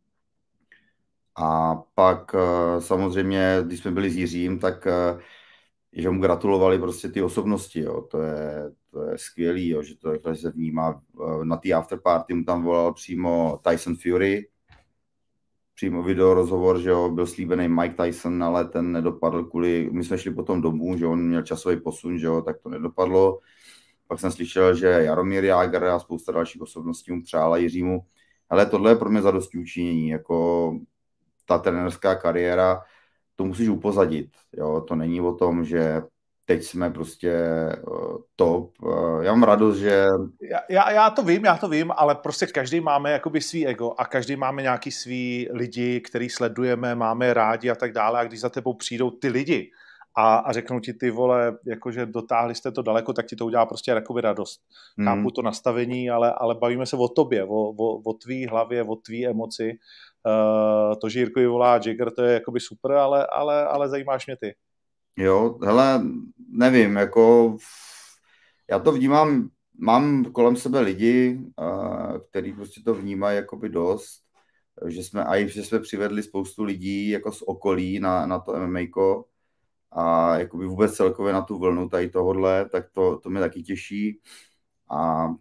A pak samozřejmě, když jsme byli s Jiřím, tak že mu gratulovali prostě ty osobnosti, jo. To je, to je skvělý, jo, že to že se vnímá. Na té afterparty mu tam volal přímo Tyson Fury, přímo video rozhovor, že jo, byl slíbený Mike Tyson, ale ten nedopadl kvůli, my jsme šli potom domů, že on měl časový posun, že jo, tak to nedopadlo. Pak jsem slyšel, že Jaromír Jágr a spousta dalších osobností mu přála Jiřímu. Ale tohle je pro mě zadosti učinění, jako ta trenérská kariéra, to musíš upozadit, jo, to není o tom, že teď jsme prostě uh, top. Uh, já mám radost, že... Já, já, já to vím, já to vím, ale prostě každý máme jakoby svý ego a každý máme nějaký svý lidi, který sledujeme, máme rádi a tak dále a když za tebou přijdou ty lidi a, a řeknou ti ty vole, jakože dotáhli jste to daleko, tak ti to udělá prostě jakoby radost. Hmm. Chápu to nastavení, ale, ale bavíme se o tobě, o, o, o tvý hlavě, o tvý emoci. Uh, to, že Jirkovi volá Jagger, to je jakoby super, ale, ale, ale zajímáš mě ty. Jo, hele, nevím, jako já to vnímám, mám kolem sebe lidi, uh, který prostě to vnímají jakoby dost, že jsme, a že jsme přivedli spoustu lidí jako z okolí na, na to MMAko a jakoby vůbec celkově na tu vlnu tady tohodle, tak to, to mě taky těší. A...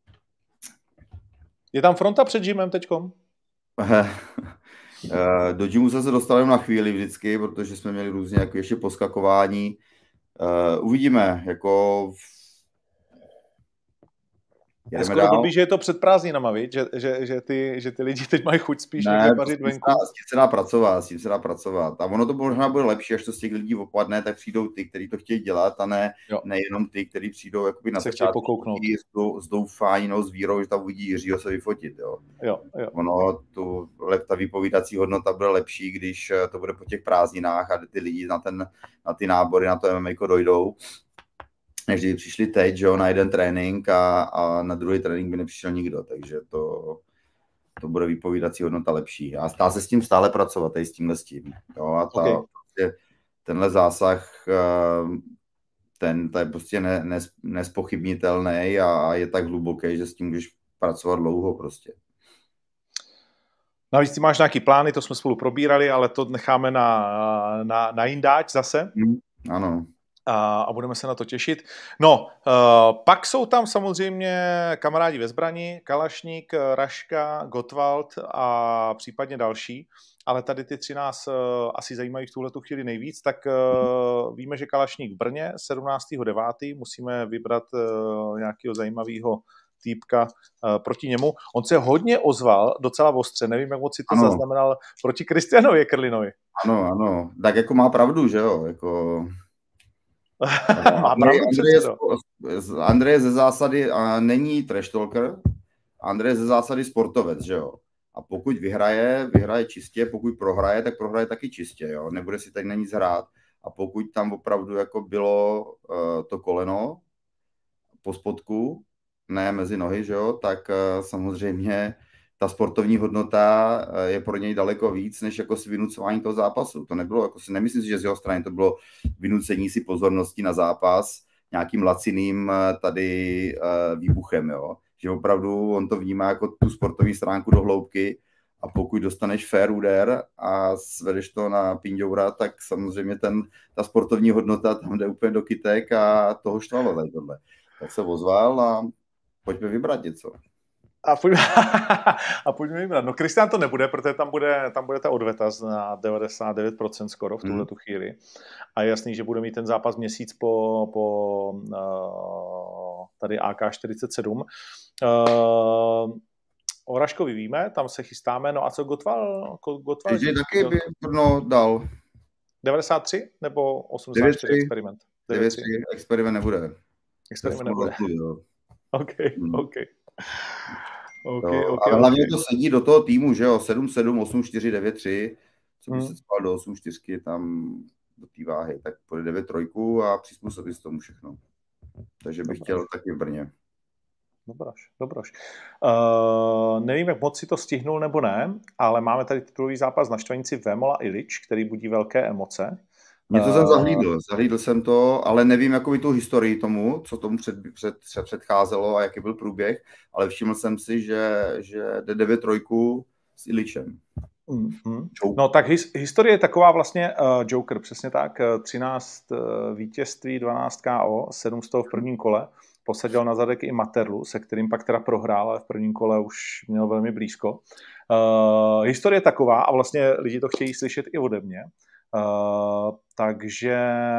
Je tam fronta před gymem teďkom? Do gymu jsme se dostali na chvíli vždycky, protože jsme měli různě jako ještě poskakování. Uvidíme, jako... Je skoro blbý, že je to před prázdninama, víš? Že, že, že, ty, že ty lidi teď mají chuť spíš ne, vařit venku. S tím se dá pracovat, s tím se dá pracovat. A ono to možná bude lepší, až to z těch lidí opadne, tak přijdou ty, kteří to chtějí dělat a ne, nejenom ty, kteří přijdou jakoby na začátku s doufání, no, s vírou, že tam uvidí Jiřího se vyfotit. Jo. Jo, jo. Ono, tu, ta vypovídací hodnota bude lepší, když to bude po těch prázdninách a ty lidi na, ten, na ty nábory, na to M M A dojdou. Než kdyby přišli teď, že jo, na jeden trénink a, a na druhý trénink by nepřišel nikdo, takže to, to bude vypovídací hodnota lepší. A dá se s tím stále pracovat, tady s tímhle s tím. Jo, a ta, okay. prostě, tenhle zásah, ten, ten je prostě ne, nes, nespochybnitelný a, a je tak hluboký, že s tím můžeš pracovat dlouho prostě. Navíc ty máš nějaký plány, to jsme spolu probírali, ale to necháme na, na, na jindáč zase. Hmm, ano. A, a budeme se na to těšit. No, uh, pak jsou tam samozřejmě kamarádi ve zbrani, Kalašník, Raška, Gottwald a případně další, ale tady ty tři nás uh, asi zajímají v tuhletu chvíli nejvíc, tak uh, víme, že Kalašník v Brně sedmnáctého devátého musíme vybrat uh, nějakého zajímavého týpka uh, proti němu. On se hodně ozval, docela ostře, nevím, jak moc si to ano. zaznamenal, proti Kristianovi Jekrlinovi. Ano, ano, tak jako má pravdu, že jo, jako... Má pravdu, Andrej, Andrej ze zásady a není trash talker, Andrej ze zásady sportovec, že jo. A pokud vyhraje, vyhraje čistě, pokud prohraje, tak prohraje taky čistě, jo. Nebude si tak na nic hrát. A pokud tam opravdu jako bylo uh, to koleno po spodku, ne mezi nohy, že jo, tak uh, samozřejmě ta sportovní hodnota je pro něj daleko víc, než jako si vynucování toho zápasu. To nebylo, jako si nemyslím si, že z jeho strany to bylo vynucení si pozornosti na zápas nějakým laciným tady výbuchem, jo. Že opravdu on to vnímá jako tu sportovní stránku do hloubky a pokud dostaneš fair úder a svedeš to na pindoura, tak samozřejmě ten, ta sportovní hodnota tam jde úplně do kytek a toho štvalo tady tohle. Tak se ozval a pojďme vybrat něco. A pojďme, a pojďme vybrat. No Kristián to nebude, protože tam bude, tam bude ta odveta na devadesát devět procent skoro v tuhle tu chvíli. A je jasný, že bude mít ten zápas měsíc po, po uh, tady A K čtyřicet sedm. Uh, o Raškovi víme, tam se chystáme. No a co Gottwald? Gottwald Takže taky by Brno dal. devadesát tři nebo osmdesát čtyři experiment? devadesát tři experiment nebude. Experiment nebude. OK, hmm. OK. Okay, no, okay, a hlavně okay. to sedí do toho týmu, že jo, sedm sedm, osm čtyři, devět tři, co by hmm. se spal do osm čtyři tam do té váhy, tak půjde devět tři a přizpůsobí se tomu všechno. Takže bych Dobroš. chtěl taky v Brně. Dobroš, dobroš. Uh, nevím, jak moc si to stihnul nebo ne, ale máme tady titulový zápas na Štvanici Vémola Ilič, který budí velké emoce. Něco jsem zahlídl, zahlídl jsem to, ale nevím jakoby tu historii tomu, co tomu před, před, předcházelo a jaký byl průběh, ale všiml jsem si, že, že jde devět tři s Iličem. Mm-hmm. No tak his, historie je taková vlastně uh, Joker, přesně tak, třináct uh, vítězství, dvanáct K O, sedm z toho v prvním kole, posadil na zadek i Materlu, se kterým pak teda prohrál, ale v prvním kole už měl velmi blízko. Uh, historie je taková a vlastně lidi to chtějí slyšet i ode mě. Uh, takže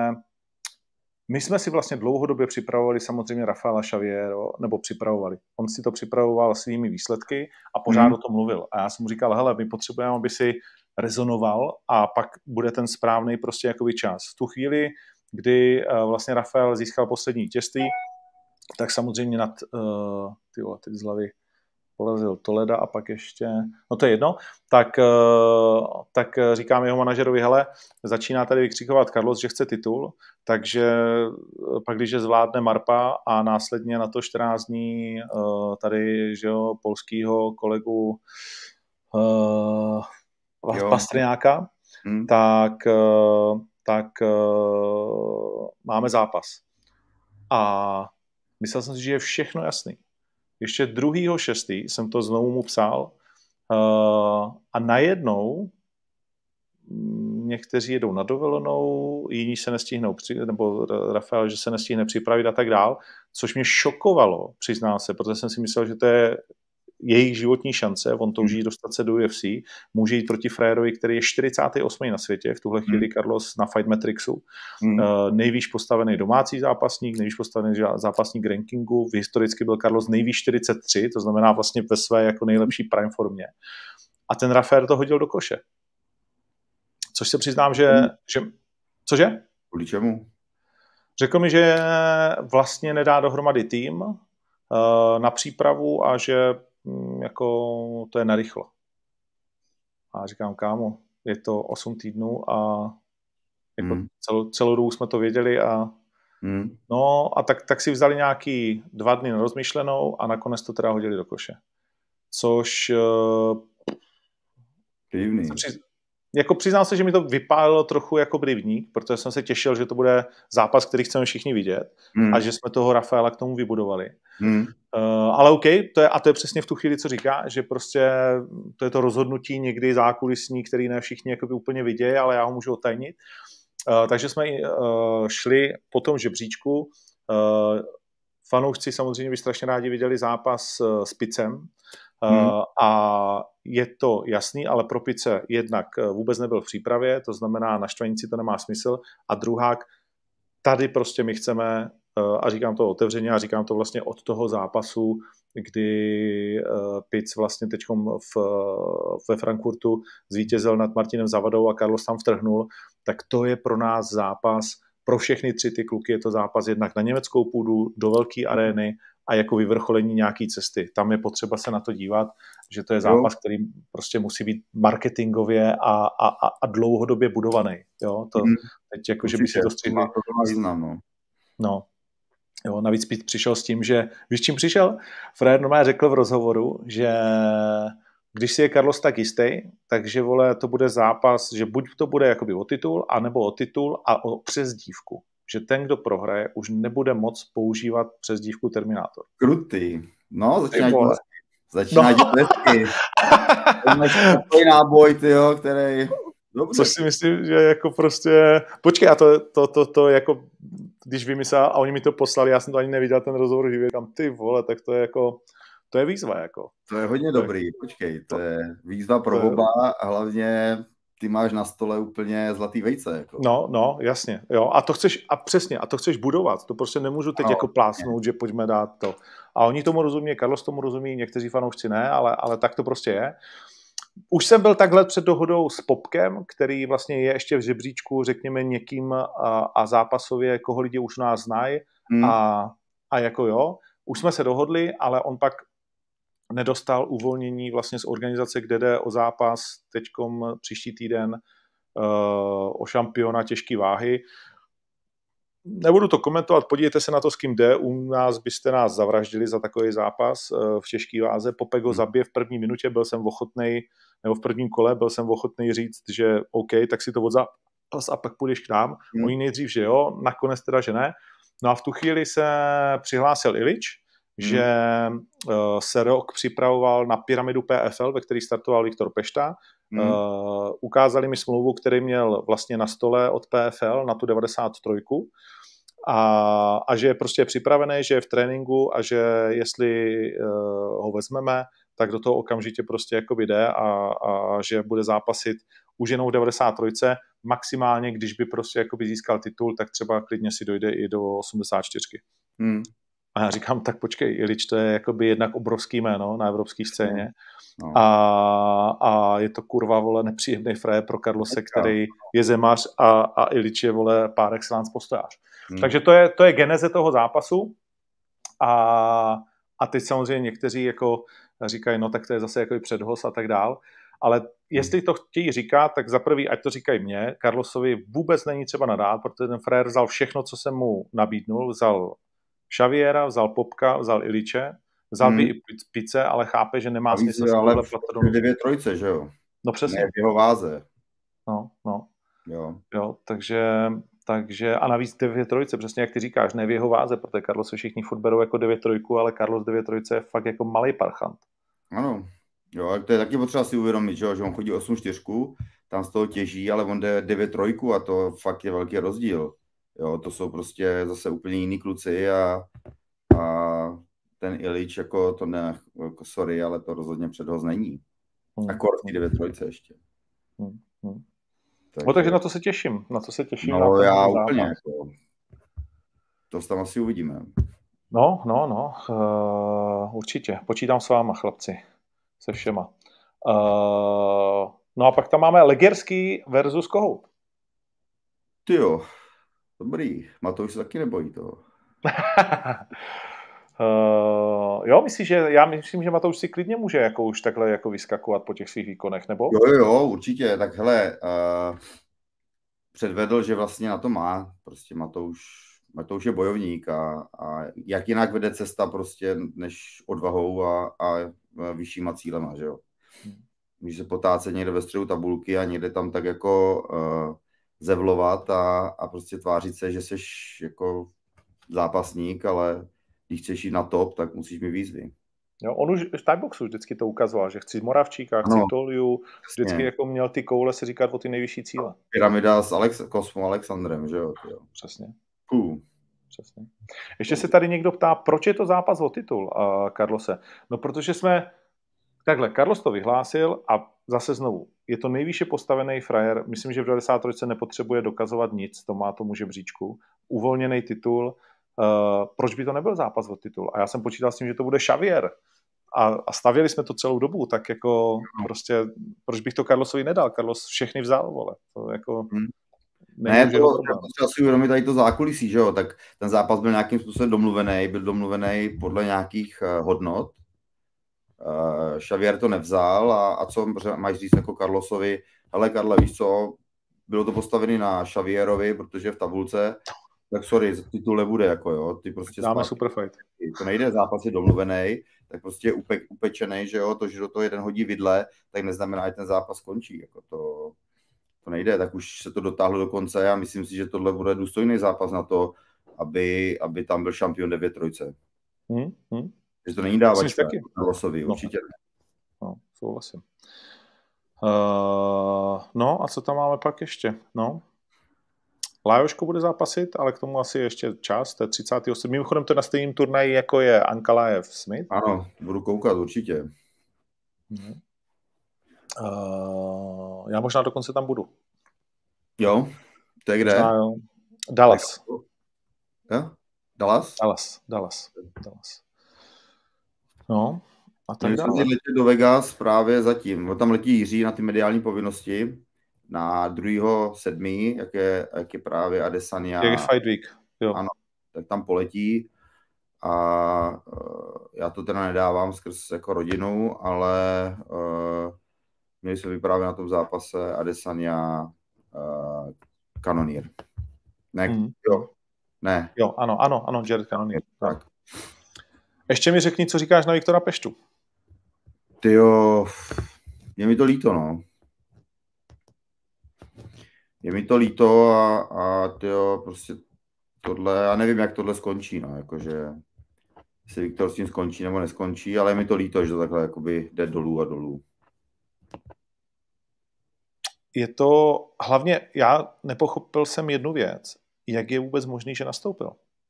my jsme si vlastně dlouhodobě připravovali samozřejmě Rafaela Xaviero, nebo připravovali. On si to připravoval svými výsledky a pořád mm. o tom mluvil. A já jsem mu říkal, hele, my potřebujeme, aby si rezonoval a pak bude ten správný prostě jakoby čas. V tu chvíli, kdy uh, vlastně Rafael získal poslední vítězství, tak samozřejmě nad, uh, tyjo, teď z hlavy porazil Toleda a pak ještě, no to je jedno, tak, tak říkám jeho manažerovi, hele, začíná tady vykřikovat Carlos, že chce titul, takže pak, když je zvládne Marpa a následně na to čtrnáct dní tady, že jo, polskýho kolegu uh, Pastrňáka, hmm. tak, tak uh, máme zápas. A myslel jsem si, že je všechno jasný. Ještě druhýho šestý jsem to znovu mu psal uh, a najednou někteří jedou na dovolenou, jiní se nestihnou, nebo Rafael, že se nestihne připravit a tak dál, což mě šokovalo, přiznám se, protože jsem si myslel, že to je jejich životní šance, on touží dostat se do U F C, může jít proti frajerovi, který je čtyřicátý osmý na světě, v tuhle chvíli Carlos na Fight Matrixu, hmm. uh, nejvýš postavený domácí zápasník, nejvýš postavený zápasník rankingu, historicky byl Carlos nejvýš čtyřicet tři, to znamená vlastně ve své jako nejlepší prime formě. A ten Rafael to hodil do koše. Což se přiznám, že... Hmm. že cože? Kvůli čemu? Řekl mi, že vlastně nedá dohromady tým uh, na přípravu a že jako to je narychlo. A říkám, kámo, je to osm týdnů a jako mm. celou, celou dobu jsme to věděli a mm. no a tak, tak si vzali nějaký dva dny na rozmyšlenou a nakonec to teda hodili do koše. Což divný. Při, jako přiznám se, že mi to vypálilo trochu jako brivník, protože jsem se těšil, že to bude zápas, který chceme všichni vidět mm. a že jsme toho Rafaela k tomu vybudovali. Mm. Uh, ale OK, to je, a to je přesně v tu chvíli, co říká, že prostě to je to rozhodnutí někdy zákulisní, který ne všichni jakoby úplně vidějí, ale já ho můžu otajnit. Uh, takže jsme uh, šli po tom žebříčku. Uh, fanoušci samozřejmě by strašně rádi viděli zápas uh, s Picem. Uh, hmm. A je to jasný, ale pro Pice jednak vůbec nebyl v přípravě, to znamená na Štvanici to nemá smysl. A druhák, tady prostě my chceme, uh, a říkám to otevřeně, a říkám to vlastně od toho zápasu, kdy uh, Pic vlastně teďkom v, ve Frankfurtu zvítězil nad Martinem Zavadou a Carlos tam vtrhnul, tak to je pro nás zápas, pro všechny tři ty kluky je to zápas jednak na německou půdu, do velké arény a jako vyvrcholení nějaký cesty. Tam je potřeba se na to dívat, že to je zápas, jo. který prostě musí být marketingově a, a, a dlouhodobě budovaný. Jo? To, mm. teď jako, že by si to střihli. No. no. Jo, navíc přišel s tím, že víš, čím přišel? Fred normálně řekl v rozhovoru, že když si je Carlos tak jistý, takže vole, to bude zápas, že buď to bude jakoby o titul, anebo o titul a o přezdívku. Že ten, kdo prohraje, už nebude moc používat přezdívku Terminátor. Krutý. No, začíná Ty tím, vole. začíná No. tím hezky. To máš takový náboj, tyjo, který... Dobře. Což si myslím, že jako prostě... Počkej, a to, to, to, to jako, když vymyslel a oni mi to poslali, já jsem to ani neviděl ten rozhovor živě, tam ty vole, tak to je jako, to je výzva jako. To je hodně dobrý, počkej, to je výzva pro to je... oba a hlavně ty máš na stole úplně zlatý vejce. Jako. No, no, jasně, jo, a to chceš, a přesně, a to chceš budovat, to prostě nemůžu teď no, jako plásnout, že pojďme dát to. A oni tomu rozumí, Carlos tomu rozumí, někteří fanoušci ne, ale, ale tak to prostě je. Už jsem byl takhle před dohodou s Popkem, který vlastně je ještě v žebříčku, řekněme, někým a, a zápasově, koho lidi už nás znají hmm. a, a jako jo, už jsme se dohodli, ale on pak nedostal uvolnění vlastně z organizace, kde jde o zápas teďkom příští týden uh, o šampiona těžké váhy. Nebudu to komentovat, podívejte se na to, s kým jde. U nás byste nás zavraždili za takový zápas v těžké váze. Popek ho zabije v první minutě, byl jsem ochotnej, nebo v prvním kole byl jsem ochotnej říct, že OK, tak si to odzápas a pak půjdeš k nám. Hmm. Oni nejdřív, že jo, nakonec teda, že ne. No a v tu chvíli se přihlásil Ilič, hmm. že uh, se rok připravoval na pyramidu P F L, ve který startoval Viktor Pešta. Hmm. Uh, ukázali mi smlouvu, který měl vlastně na stole od P F L na tu devadesát tři a, a že je prostě připravený, že je v tréninku a že jestli uh, ho vezmeme, tak do toho okamžitě prostě jakoby jde a, a že bude zápasit už jenom v devadesát tři, maximálně, když by prostě jakoby získal titul, tak třeba klidně si dojde i do osmdesát čtyři. Hmm. A já říkám, tak počkej, Ilič, to je jakoby jednak obrovský jméno na evropské scéně. No. A, a je to kurva, vole, nepříjemný frajer pro Carlose, který je zemař a, a Ilič je, vole, par excellence postojář. Hmm. Takže to je, to je geneze toho zápasu a, a teď samozřejmě někteří jako říkají, no tak to je zase jako předhos a tak dál, ale jestli to chtějí říkat, tak za prvý, ať to říkají mě, Carlosovi vůbec není třeba nadát, protože ten frajer vzal všechno, co jsem mu nabídnul, vzal Xaviera, vzal Popka, vzal Iliče, vzal hmm. by i Pice, ale chápe, že nemá smysl. Ale v dvě trojce, že jo? No přesně. Ne v jeho váze. No, no. Jo. Jo, takže, takže a navíc devět trojce, přesně jak ty říkáš, ne v jeho váze, protože Carlos se všichni furt berou jako devět trojku, ale Carlos devět trojce je fakt jako malej parchant. Ano. Jo, to je taky potřeba si uvědomit, že, že on chodí osm čtyři, tam z toho těží, ale on jde devět tři a to fakt je velký rozdíl. Jo, to jsou prostě zase úplně jiný kluci a, a ten Ilič, jako to ne, jako sorry, ale to rozhodně předhoz není. Hmm. A kor v devět tři ještě. Hmm. Hmm. Takže... No takže na to se těším, na to se těším. No já zápas. Úplně, jako, to tam asi uvidíme. No, no, no, uh, určitě. Počítám s váma, chlapci, se všema. Uh, no a pak tam máme Legerský versus Kohout. Tyjo. Dobrý, Matouš se taky nebojí toho. uh, jo, myslíš, že já myslím, že Matouš si klidně může jako už takhle jako vyskakovat po těch svých výkonech, nebo? Jo, jo, určitě. Tak hele, uh, předvedl, že vlastně na to má. Prostě Matouš, Matouš je bojovník a, a jak jinak vede cesta prostě než odvahou a, a vyššíma cílema, že jo. Může se potácet někde ve středu tabulky a někde tam tak jako... Uh, zevlovat a, a prostě tvářit se, že jsi jako zápasník, ale když chceš jít na top, tak musíš mít výzvy. Jo, on už v timeboxu vždycky to ukazoval, že chci Moravčíka, chci no, Toliu, vždycky přesně. Jako měl ty koule si říkat o ty nejvyšší cíle. Pyramida s Alex, Kosmo Alexandrem, že jo? jo. Přesně. Uh. Přesně. Ještě se tady někdo ptá, proč je to zápas o titul, uh, Carlose? No, protože jsme takhle, Carlos to vyhlásil a zase znovu, je to nejvýše postavený frajer, myslím, že v devadesát tři nepotřebuje dokazovat nic, to má tomu žebříčku, uvolněný titul, uh, proč by to nebyl zápas o titul? A já jsem počítal s tím, že to bude Xavier a, a stavěli jsme to celou dobu, tak jako no. prostě, proč bych to Carlosovi nedal? Carlos všechny vzal, vole. To jako... Hmm. Ne, to třeba si uvědomit tady to zákulisí, že jo, tak ten zápas byl nějakým způsobem domluvený, byl domluvený podle nějakých uh, hodnot. Uh, Xavier to nevzal a, a co máš říct jako Carlosovi, hele Karle, víš co, bylo to postavené na Xavierovi, protože v tabulce tak sorry, titul nebude, jako jo, ty prostě Dáme zpátky. super fight. To nejde, zápas je domluvený, tak prostě je upe, upečený, že jo, to, že do toho jeden hodí vidle, tak neznamená, že ten zápas končí, jako to, to nejde, tak už se to dotáhlo do konce a myslím si, že tohle bude důstojný zápas na to, aby, aby tam byl šampion devět trojce. Hmm, hmm. Že to není dávačka na losovi, no. určitě ne. No, souhlasím. Uh, no a co tam máme pak ještě? No. Lajoško bude zápasit, ale k tomu asi ještě čas, to je třicátého sedmého Mimochodem to je na stejném turnaji, jako je Ankalaev Smith. Ano, budu koukat určitě. Hmm. Uh, já možná dokonce tam budu. Jo? To je kde? Možná, jo. Dallas. Jo? Dallas? Dallas, Dallas, Dallas. No, a tak dále. Jsem letěl do Vegas právě zatím. Tam letí Jiří na ty mediální povinnosti na druhého sedmý, jak je, jak je právě Adesanya. Jak je Fight Week. Jo. Ano, tak tam poletí a uh, já to teda nedávám skrz jako rodinu, ale uh, měli jsme vyprávět na tom zápase Adesanya uh, Cannonier. Ne, hmm. jo, ne. Jo, ano, ano, ano, Jared Cannonier. Tak. tak. Ještě mi řekni, co říkáš na Viktora Peštu. Tyjo, je mi to líto, no. Je mi to líto a, a tyjo, prostě tohle, já nevím, jak tohle skončí, no, jakože jestli Viktor s tím skončí nebo neskončí, ale je mi to líto, že to takhle jakoby jde dolů a dolů. Je to, hlavně já nepochopil jsem jednu věc, jak je vůbec možný, že nastoupil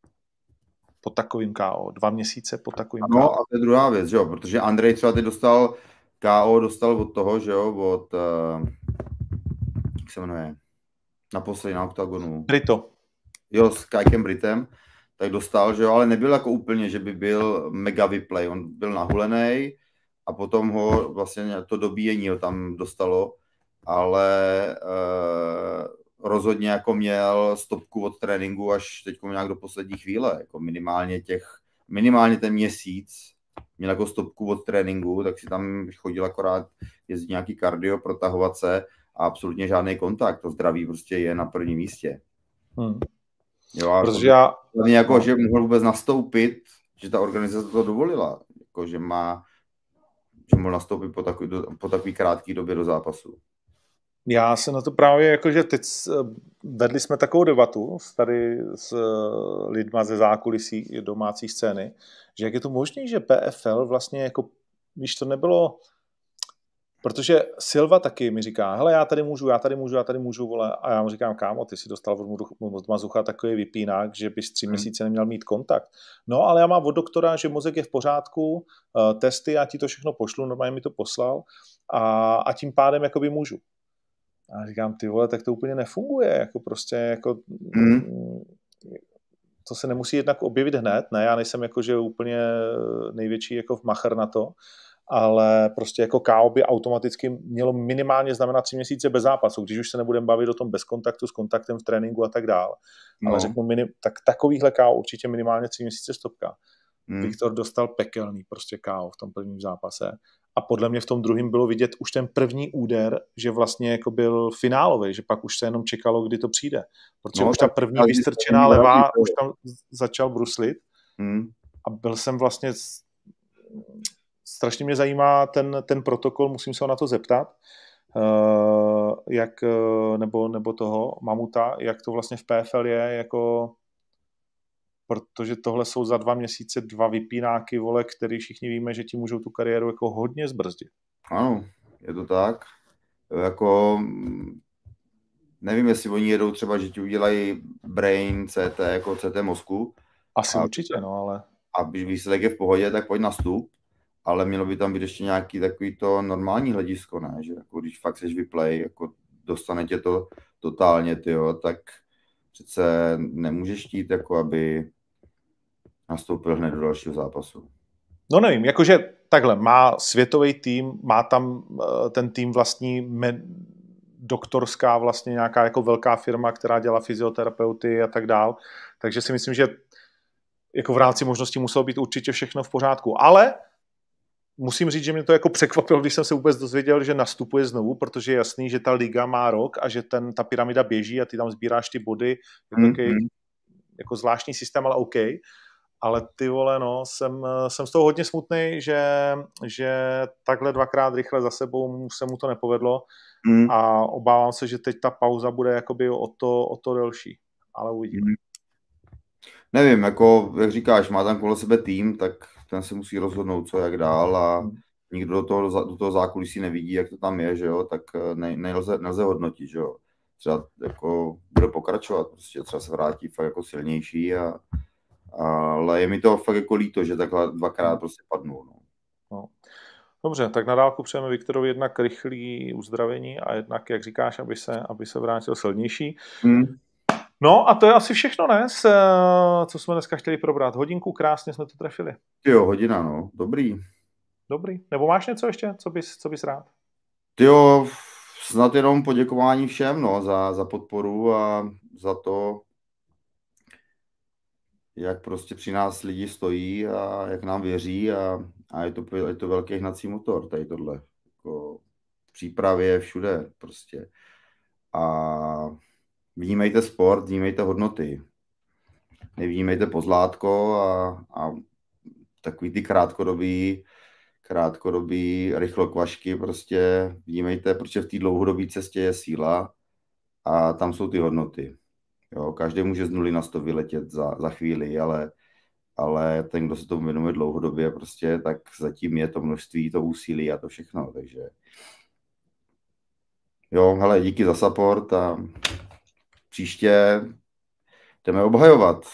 po takovým K O, dva měsíce po takovým no, K O. No a to je druhá věc, že jo, protože Andrej třeba teď dostal K O, dostal od toho, že jo, od, uh, jak se jmenuje, naposledy na oktagonu. Brito. Jo, s Kajkem Britem, tak dostal, že jo, ale nebyl jako úplně, že by byl mega vyplay, on byl nahulený a potom ho vlastně to dobíjení ho tam dostalo, ale uh, rozhodně jako měl stopku od tréninku až teď nějak do poslední chvíle, jako minimálně těch, minimálně ten měsíc měl jako stopku od tréninku, tak si tam chodil akorát jezdit nějaký kardio, protahovat se a absolutně žádný kontakt, to zdraví prostě je na prvním místě. Hmm. Jo, a protože já... jako, že mohl vůbec nastoupit, že ta organizace to dovolila, jako, že má, že mohl nastoupit po takový, po takový krátký době do zápasu. Já se na to právě, jakože teď vedli jsme takovou debatu tady s lidma ze zákulisí domácí scény, že jak je to možné, že P F L vlastně jako, víš, to nebylo, protože Silva taky mi říká, hele, já tady můžu, já tady můžu, já tady můžu, vole, a já mu říkám, kámo, ty si dostal od Mazucha takový vypínák, že bys tři hmm. měsíce neměl mít kontakt. No, ale já mám od doktora, že mozek je v pořádku, uh, testy, já ti to všechno pošlu, normálně mi to poslal a, a tím pádem jakoby můžu. A říkám, ty vole, tak to úplně nefunguje, jako prostě, jako, hmm. to se nemusí jednak objevit hned, ne, já nejsem jako, že úplně největší jako macher na to, ale prostě jako K O by automaticky mělo minimálně znamenat tři měsíce bez zápasu, když už se nebudeme bavit o tom bez kontaktu, s kontaktem v tréninku a tak dál. No. Ale řeknu, minim, tak takovýhle K O určitě minimálně tři měsíce stopka. Hmm. Viktor dostal pekelný prostě K O v tom prvním zápase. A podle mě v tom druhém bylo vidět už ten první úder, že vlastně jako byl finálový, že pak už se jenom čekalo, kdy to přijde. Protože no, už ta první vystrčená levá už tam začal bruslit. Hmm. A byl jsem vlastně... Strašně mě zajímá ten, ten protokol, musím se ho na to zeptat, uh, jak, nebo, nebo toho Mamuta, jak to vlastně v P F L je, jako, protože tohle jsou za dva měsíce dva vypínáky, vole, který všichni víme, že ti můžou tu kariéru jako hodně zbrzdit. Ano, je to tak. Jako, nevím, jestli oni jedou třeba, že ti udělají brain C T, jako C T mozku. Asi a, určitě, no, ale... A když výsledek je v pohodě, tak pojď na stup. Ale mělo by tam být ještě nějaký takový to normální hledisko, ne? Že jako když fakt seš vyplay, jako dostane tě to totálně, tyjo, tak přece nemůžeš chtít, jako aby nastoupil hned do dalšího zápasu. No nevím, jakože takhle, má světový tým, má tam uh, ten tým vlastní med, doktorská vlastně nějaká jako velká firma, která dělá fyzioterapeuty a tak dál, takže si myslím, že jako v rámci možností muselo být určitě všechno v pořádku, ale musím říct, že mě to jako překvapilo, když jsem se vůbec dozvěděl, že nastupuje znovu, protože je jasný, že ta liga má rok a že ten, ta pyramida běží a ty tam sbíráš ty body. Je to mm-hmm. jako zvláštní systém, ale OK. Ale ty vole, no, jsem, jsem z toho hodně smutný, že, že takhle dvakrát rychle za sebou se mu to nepovedlo mm. a obávám se, že teď ta pauza bude jakoby o to, o to delší. Ale uvidíme. Mm. Nevím, jako, jak říkáš, má tam kolem sebe tým, tak ten se musí rozhodnout, co jak dál a mm. nikdo do toho, do toho zákulisí nevidí, jak to tam je, že jo, tak ne, nelze, nelze hodnotit, že jo. Třeba jako bude pokračovat, prostě třeba se vrátí fakt jako silnější a ale je mi to fakt jako líto, že takhle dvakrát prostě padnu. No. No. Dobře, tak na dálku přejeme Viktorovi jednak rychlý uzdravení a jednak, jak říkáš, aby se, aby se vrátil silnější. Hmm. No a to je asi všechno, ne? S, co jsme dneska chtěli probrat. Hodinku, krásně jsme to trefili. Jo, hodina, no. Dobrý. Dobrý. Nebo máš něco ještě, co bys, co bys rád? Jo, snad jenom poděkování všem, no, za, za podporu a za to, jak prostě při nás lidi stojí a jak nám věří a, a je, to, je to velký hnací motor, tady tohle. Jako v přípravě, všude prostě. A vnímejte sport, vnímejte hodnoty. Nevnímejte pozlátko a, a takový ty krátkodobý, krátkodobý rychlokvašky prostě vnímejte, protože v té dlouhodobé cestě je síla a tam jsou ty hodnoty. Jo, každý může z nuly na sto vyletět za, za chvíli, ale, ale ten, kdo se tomu věnuje dlouhodobě, prostě, tak zatím je to množství, to úsilí a to všechno, takže jo, hele, díky za support a příště jdeme obhajovat.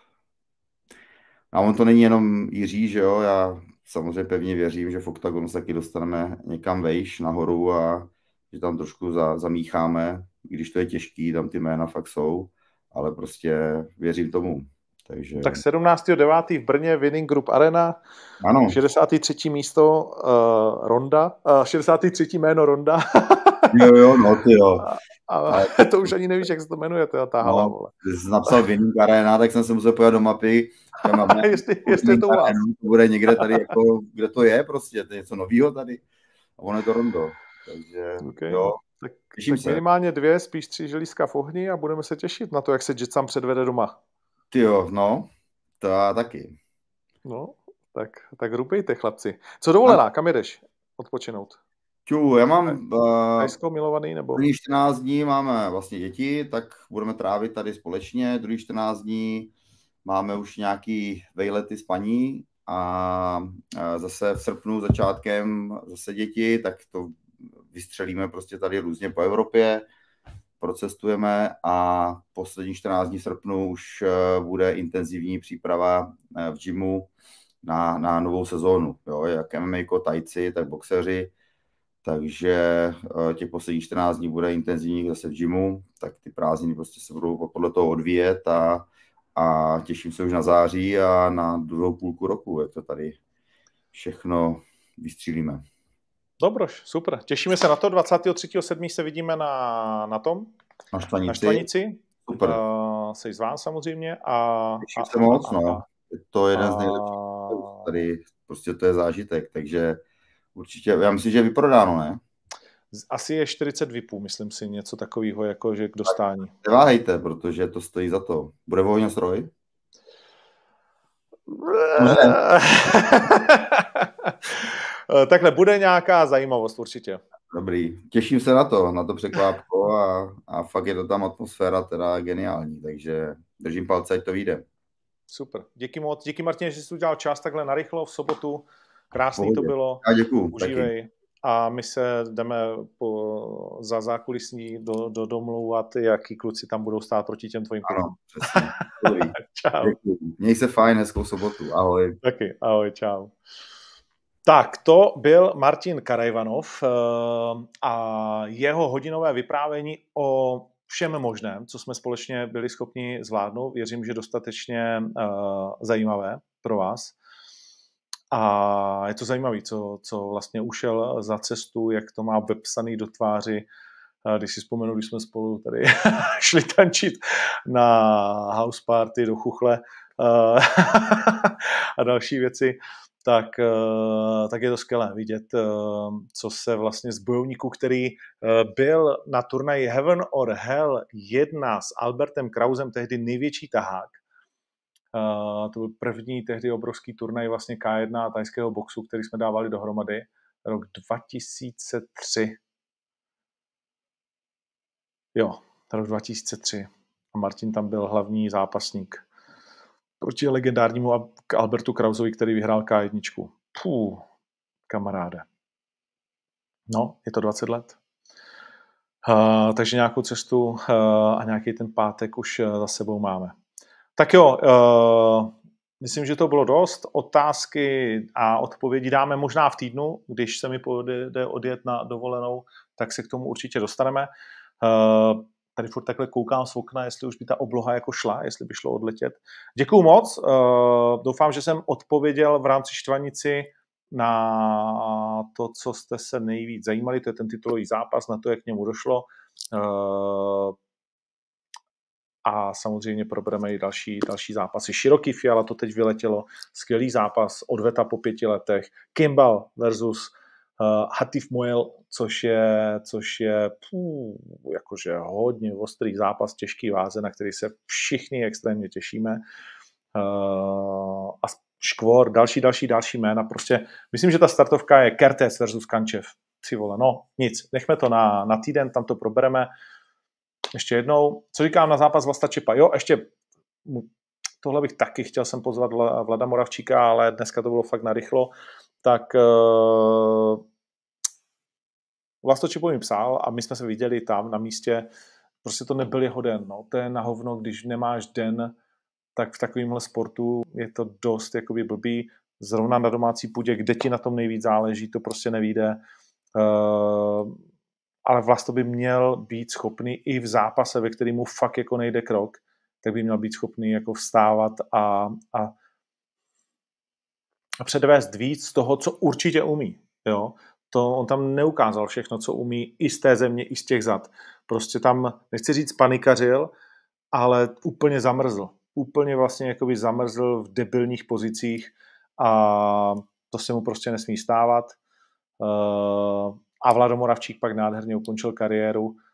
A on to není jenom Jiří, že jo, já samozřejmě pevně věřím, že v Octagonu se taky dostaneme někam vejš nahoru a že tam trošku za, zamícháme, když to je těžký, tam ty jména fakt jsou. Ale prostě věřím tomu. Takže... Tak sedmnáctého devátého v Brně Winning Group Arena, ano. šedesáté třetí místo uh, Ronda, uh, šedesáté třetí jméno Ronda. jo, jo, no ty jo. A, a ale... to už ani nevíš, jak se to jmenuje, to je ta hala, vole. Když jsi napsal Winning Arena, tak jsem se musel pojít do mapy. jestli, jestli to u vás. To bude někde tady, jako, kde to je prostě, to je něco novýho tady. A ono je to Rondo. Takže okay. jo. Tak, tak minimálně dvě, spíš tři želízka v ohni a budeme se těšit na to, jak se Jet sám předvede doma. Ty jo, no, to já taky. No, tak, tak rupejte, chlapci. Co dovolená, a... kam jedeš odpočinout? Ču, já mám... Tajsko, uh, milovaný, nebo? Druhý čtrnáct dní máme vlastně děti, tak budeme trávit tady společně. Druhý čtrnáct dní máme už nějaký vejlety s paní a zase v srpnu začátkem zase děti, tak to vystřelíme prostě tady různě po Evropě, procestujeme a poslední čtrnáct dní v srpnu už bude intenzivní příprava v gymu na, na novou sezónu. Jo, jak M M A jako tajci, tak boxeři, takže těch posledních čtrnáct dní bude intenzivní zase v gymu, tak ty prázdniny prostě se budou podle toho odvíjet a, a těším se už na září a na druhou půlku roku, jak to tady všechno vystřílíme. Dobroš, super. Těšíme se na to. dvacátého třetího sedmého se vidíme na, na tom. Na Štvanici. Na Štvanici. Super. Uh, sej zván samozřejmě. A, Těším a, se moc, a, no. Je to jeden a, z nejlepších. Tady prostě to je zážitek, takže určitě, já myslím, že je vyprodáno, ne? Asi je čtyřicet V I Pů, myslím si, něco takového, jako že k dostání. Neváhejte, protože to stojí za to. Bude ohňostroj? Takhle, bude nějaká zajímavost určitě. Dobrý, těším se na to, na to překvápko a, a fakt je to tam atmosféra teda geniální, takže držím palce, ať to vyjde. Super, díky moc, díky Martin, že jsi udělal čas takhle narychlo v sobotu, krásný Pohodě. To bylo. Já děkuju. Užívej. Taky. A my se jdeme po, za zákulisní do, do domlouvat, jaký kluci tam budou stát proti těm tvojím klukům. Ano, přesně. Čau. Děkuju. Měj se fajn, hezkou sobotu. Ahoj. Taky, ahoj, čau. Tak, to byl Martin Karajvanov a jeho hodinové vyprávění o všem možném, co jsme společně byli schopni zvládnout. Věřím, že dostatečně zajímavé pro vás. A je to zajímavé, co, co vlastně ušel za cestu, jak to má vepsaný do tváři. Když si vzpomenu, když jsme spolu tady šli tančit na house party do Chuchle a další věci, tak, tak je to skvělé vidět, co se vlastně z bojovníků, který byl na turnaji Heaven or Hell jedna s Albertem Krausem, tehdy největší tahák, Uh, to byl první tehdy obrovský turnaj vlastně K jedna tajského boxu, který jsme dávali dohromady. Rok dva tisíce tři. Jo, rok dva tisíce tři. A Martin tam byl hlavní zápasník proti legendárnímu Albertu Krausovi, který vyhrál K jedna. Puh, kamaráde. No, je to dvacet let. Uh, takže nějakou cestu uh, a nějaký ten pátek už uh, za sebou máme. Tak jo, uh, myslím, že to bylo dost. Otázky a odpovědi dáme možná v týdnu, když se mi půjde odjet na dovolenou, tak se k tomu určitě dostaneme. Uh, tady furt takhle koukám z okna, jestli už by ta obloha jako šla, jestli by šlo odletět. Děkuju moc. Uh, doufám, že jsem odpověděl v rámci Štvanici na to, co jste se nejvíc zajímali, to je ten titulový zápas, na to, jak k němu došlo. Uh, a samozřejmě probereme i další, další zápasy. Široký Fiala, to teď vyletělo, skvělý zápas, odveta po pěti letech, Kimball versus uh, Hatif Moel, což je, což je pů, jakože hodně ostrý zápas, těžký váze, na který se všichni extrémně těšíme. Uh, a Škvor, další, další, další jména. Prostě myslím, že ta startovka je Kertész versus Kančev. Si vole, no nic, nechme to na, na týden, tam to probereme. Ještě jednou, co říkám na zápas Vlasta Čepa? Jo, ještě tohle bych taky chtěl jsem pozvat Vlada Moravčíka, ale dneska to bylo fakt narychlo. Tak uh, Vlasto Čepo mi psal a my jsme se viděli tam na místě. Prostě to nebyl jeho den. No. To je na hovno, když nemáš den, tak v takovémhle sportu je to dost jakoby blbý. Zrovna na domácí půdě, kde ti na tom nejvíc záleží, to prostě nevyjde. Uh, ale Vlasto by měl být schopný i v zápase, ve kterém mu fakt jako nejde krok, tak by měl být schopný jako vstávat a, a, a předvést víc z toho, co určitě umí. Jo? To, on tam neukázal všechno, co umí i z té země, i z těch zad. Prostě tam, nechci říct panikařil, ale úplně zamrzl. Úplně vlastně jakoby zamrzl v debilních pozicích a to se mu prostě nesmí stávat. Uh, a Vlado Moravčík pak nádherně ukončil kariéru uh,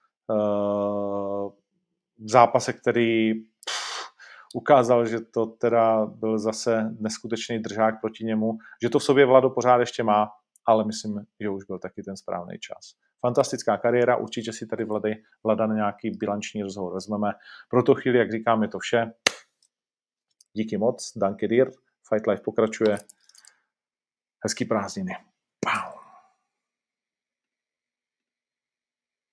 v zápase, který pff, ukázal, že to teda byl zase neskutečný držák proti němu, že to v sobě Vlado pořád ještě má, ale myslím, že už byl taky ten správný čas. Fantastická kariéra, určitě si tady Vlady, Vlada na nějaký bilanční rozhovor vezmeme. Pro tu chvíli, jak říkám, je to vše. Díky moc, danke dir, Fight Life pokračuje. Hezký prázdniny.